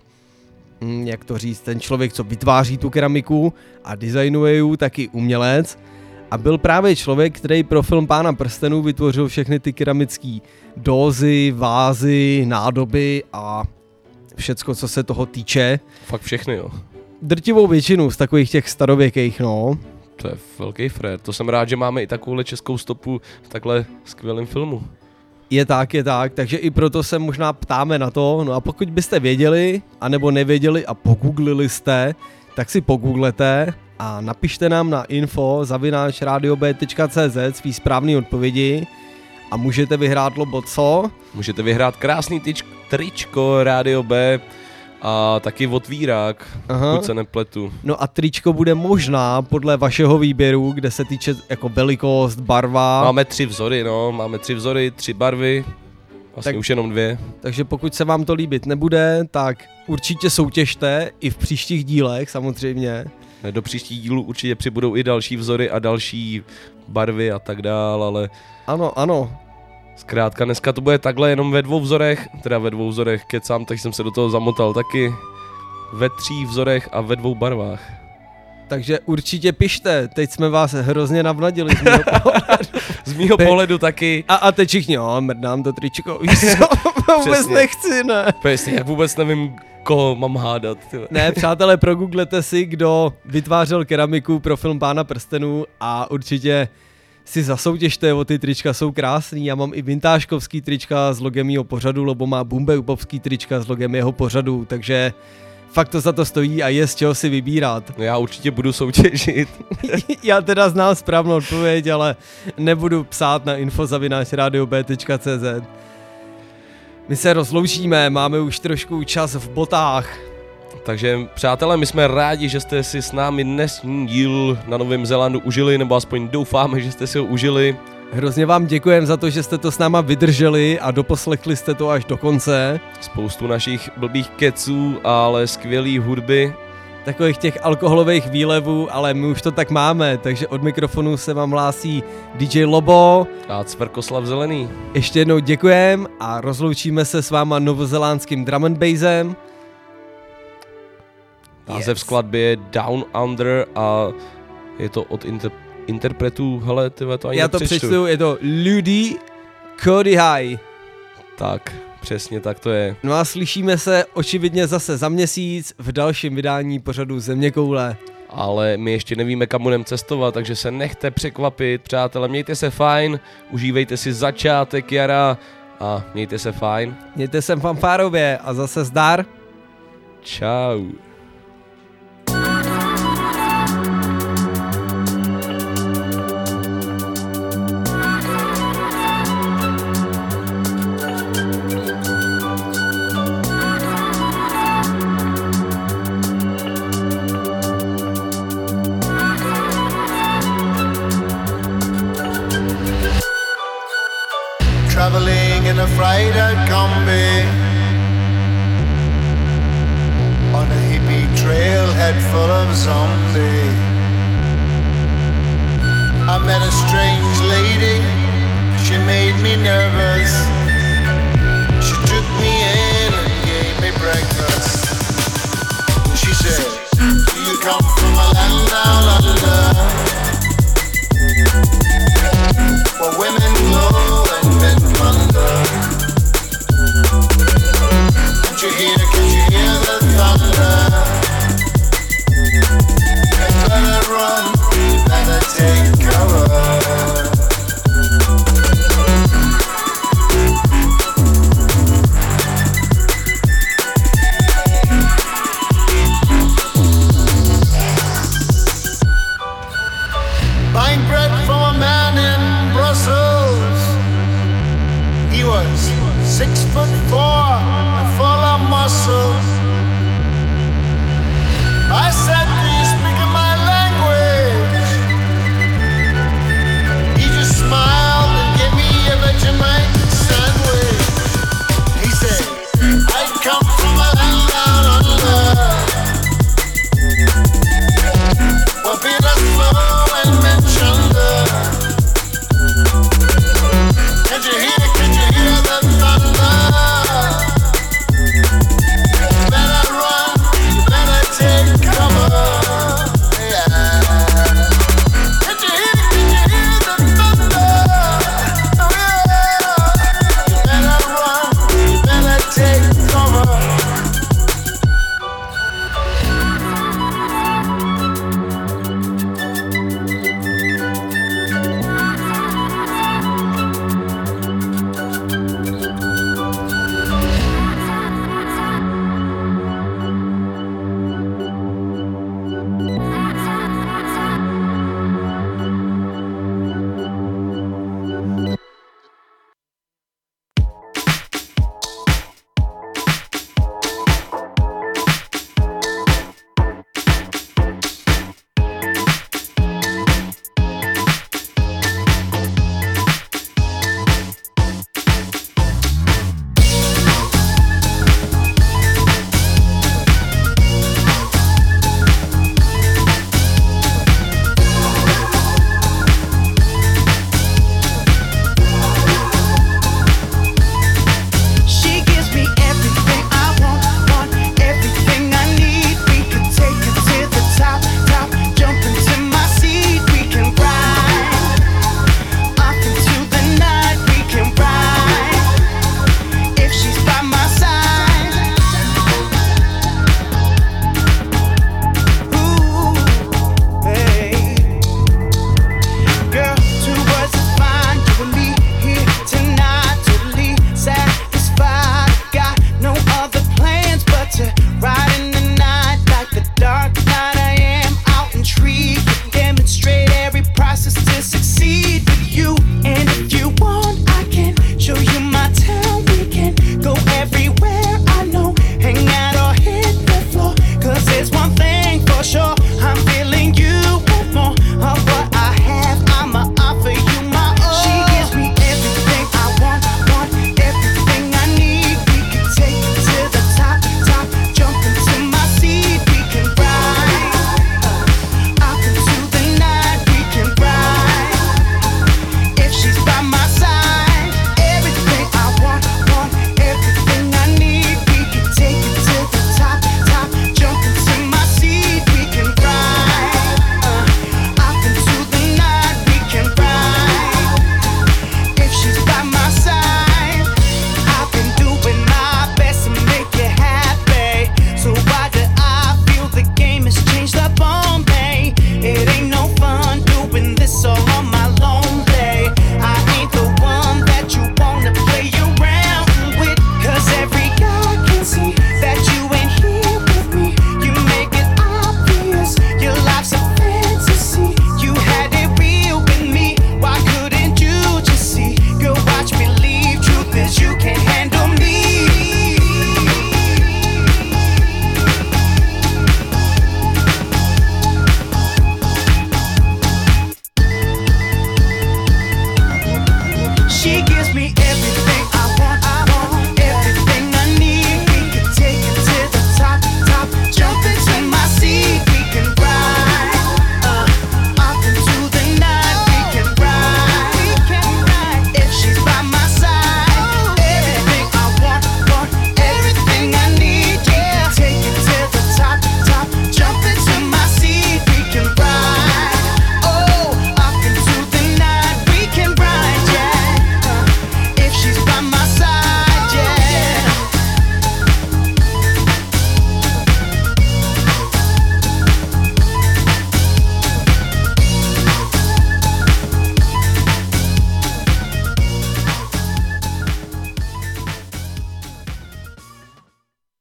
jak to říct, ten člověk, co vytváří tu keramiku a designuje ju, taky umělec. A byl právě člověk, který pro film Pána prstenů vytvořil všechny ty keramické dózy, vázy, nádoby a všecko, co se toho týče. Fakt všechny, jo. Drtivou většinu z takových těch starověkých, no. To je velký frér. To jsem rád, že máme i takovouhle českou stopu v takhle skvělém filmu. Je tak, takže i proto se možná ptáme na to. No a pokud byste věděli, anebo nevěděli a pogooglili jste, tak si pogooglete a napište nám na info@radiob.cz svý správný odpovědi a můžete vyhrát lobo co? Můžete vyhrát krásný tričko Rádio B a taky otvírák, pokud se nepletu. No a tričko bude možná podle vašeho výběru, kde se týče jako velikost, barva. Máme 3 vzory, máme 3 vzory, 3 barvy, vlastně tak, už jenom 2. Takže pokud se vám to líbit nebude, tak určitě soutěžte i v příštích dílech samozřejmě. Do příštích dílů určitě přibudou i další vzory a další barvy a tak dál, ale... Ano. Zkrátka dneska to bude takhle jenom ve 2 vzorech, kecám, tak jsem se do toho zamotal taky. Ve 3 vzorech a ve 2 barvách. Takže určitě pište, teď jsme vás hrozně navnadili z mýho pohledu. Z mýho pohledu taky. A teď všichni, mrdám to tričko, víš co, vůbec nechci, ne. Přesně, já vůbec nevím, koho mám hádat. Tyhle. Ne, přátelé, progooglete si, kdo vytvářel keramiku pro film Pána prstenů a určitě si zasoutěžte, ty trička jsou krásný, já mám i vintážkovský trička s logem mýho pořadu, Lobo má bumbeupovský trička s logem jeho pořadu, takže fakt to za to stojí a je z čeho si vybírat. Já určitě budu soutěžit. Já teda znám správnou odpověď, ale nebudu psát na info@radiob.cz. My se rozloučíme, máme už trošku čas v botách. Takže přátelé, my jsme rádi, že jste si s námi dnešní díl na Novém Zélandu užili, nebo aspoň doufáme, že jste si ho užili. Hrozně vám děkujeme za to, že jste to s náma vydrželi a doposlechli jste to až do konce. Spoustu našich blbých keců, ale skvělý hudby. Takových těch alkoholových výlevů, ale my už to tak máme, takže od mikrofonu se vám hlásí DJ Lobo a Cvrkoslav Zelený. Ještě jednou děkujem a rozloučíme se s váma novozélandským drum and bassem. Název skladby je Down Under a je to od interpretů, hele, tyhle to ani já to přečtu, je to Ludi Cody High. Tak, přesně tak to je. No a slyšíme se očividně zase za měsíc v dalším vydání pořadu Zeměkoule. Ale my ještě nevíme, kam budeme cestovat, takže se nechte překvapit, přátelé, mějte se fajn, užívejte si začátek jara a mějte se fajn. Mějte se fanfárově a zase zdar. Čau. Traveling in a freighter combi,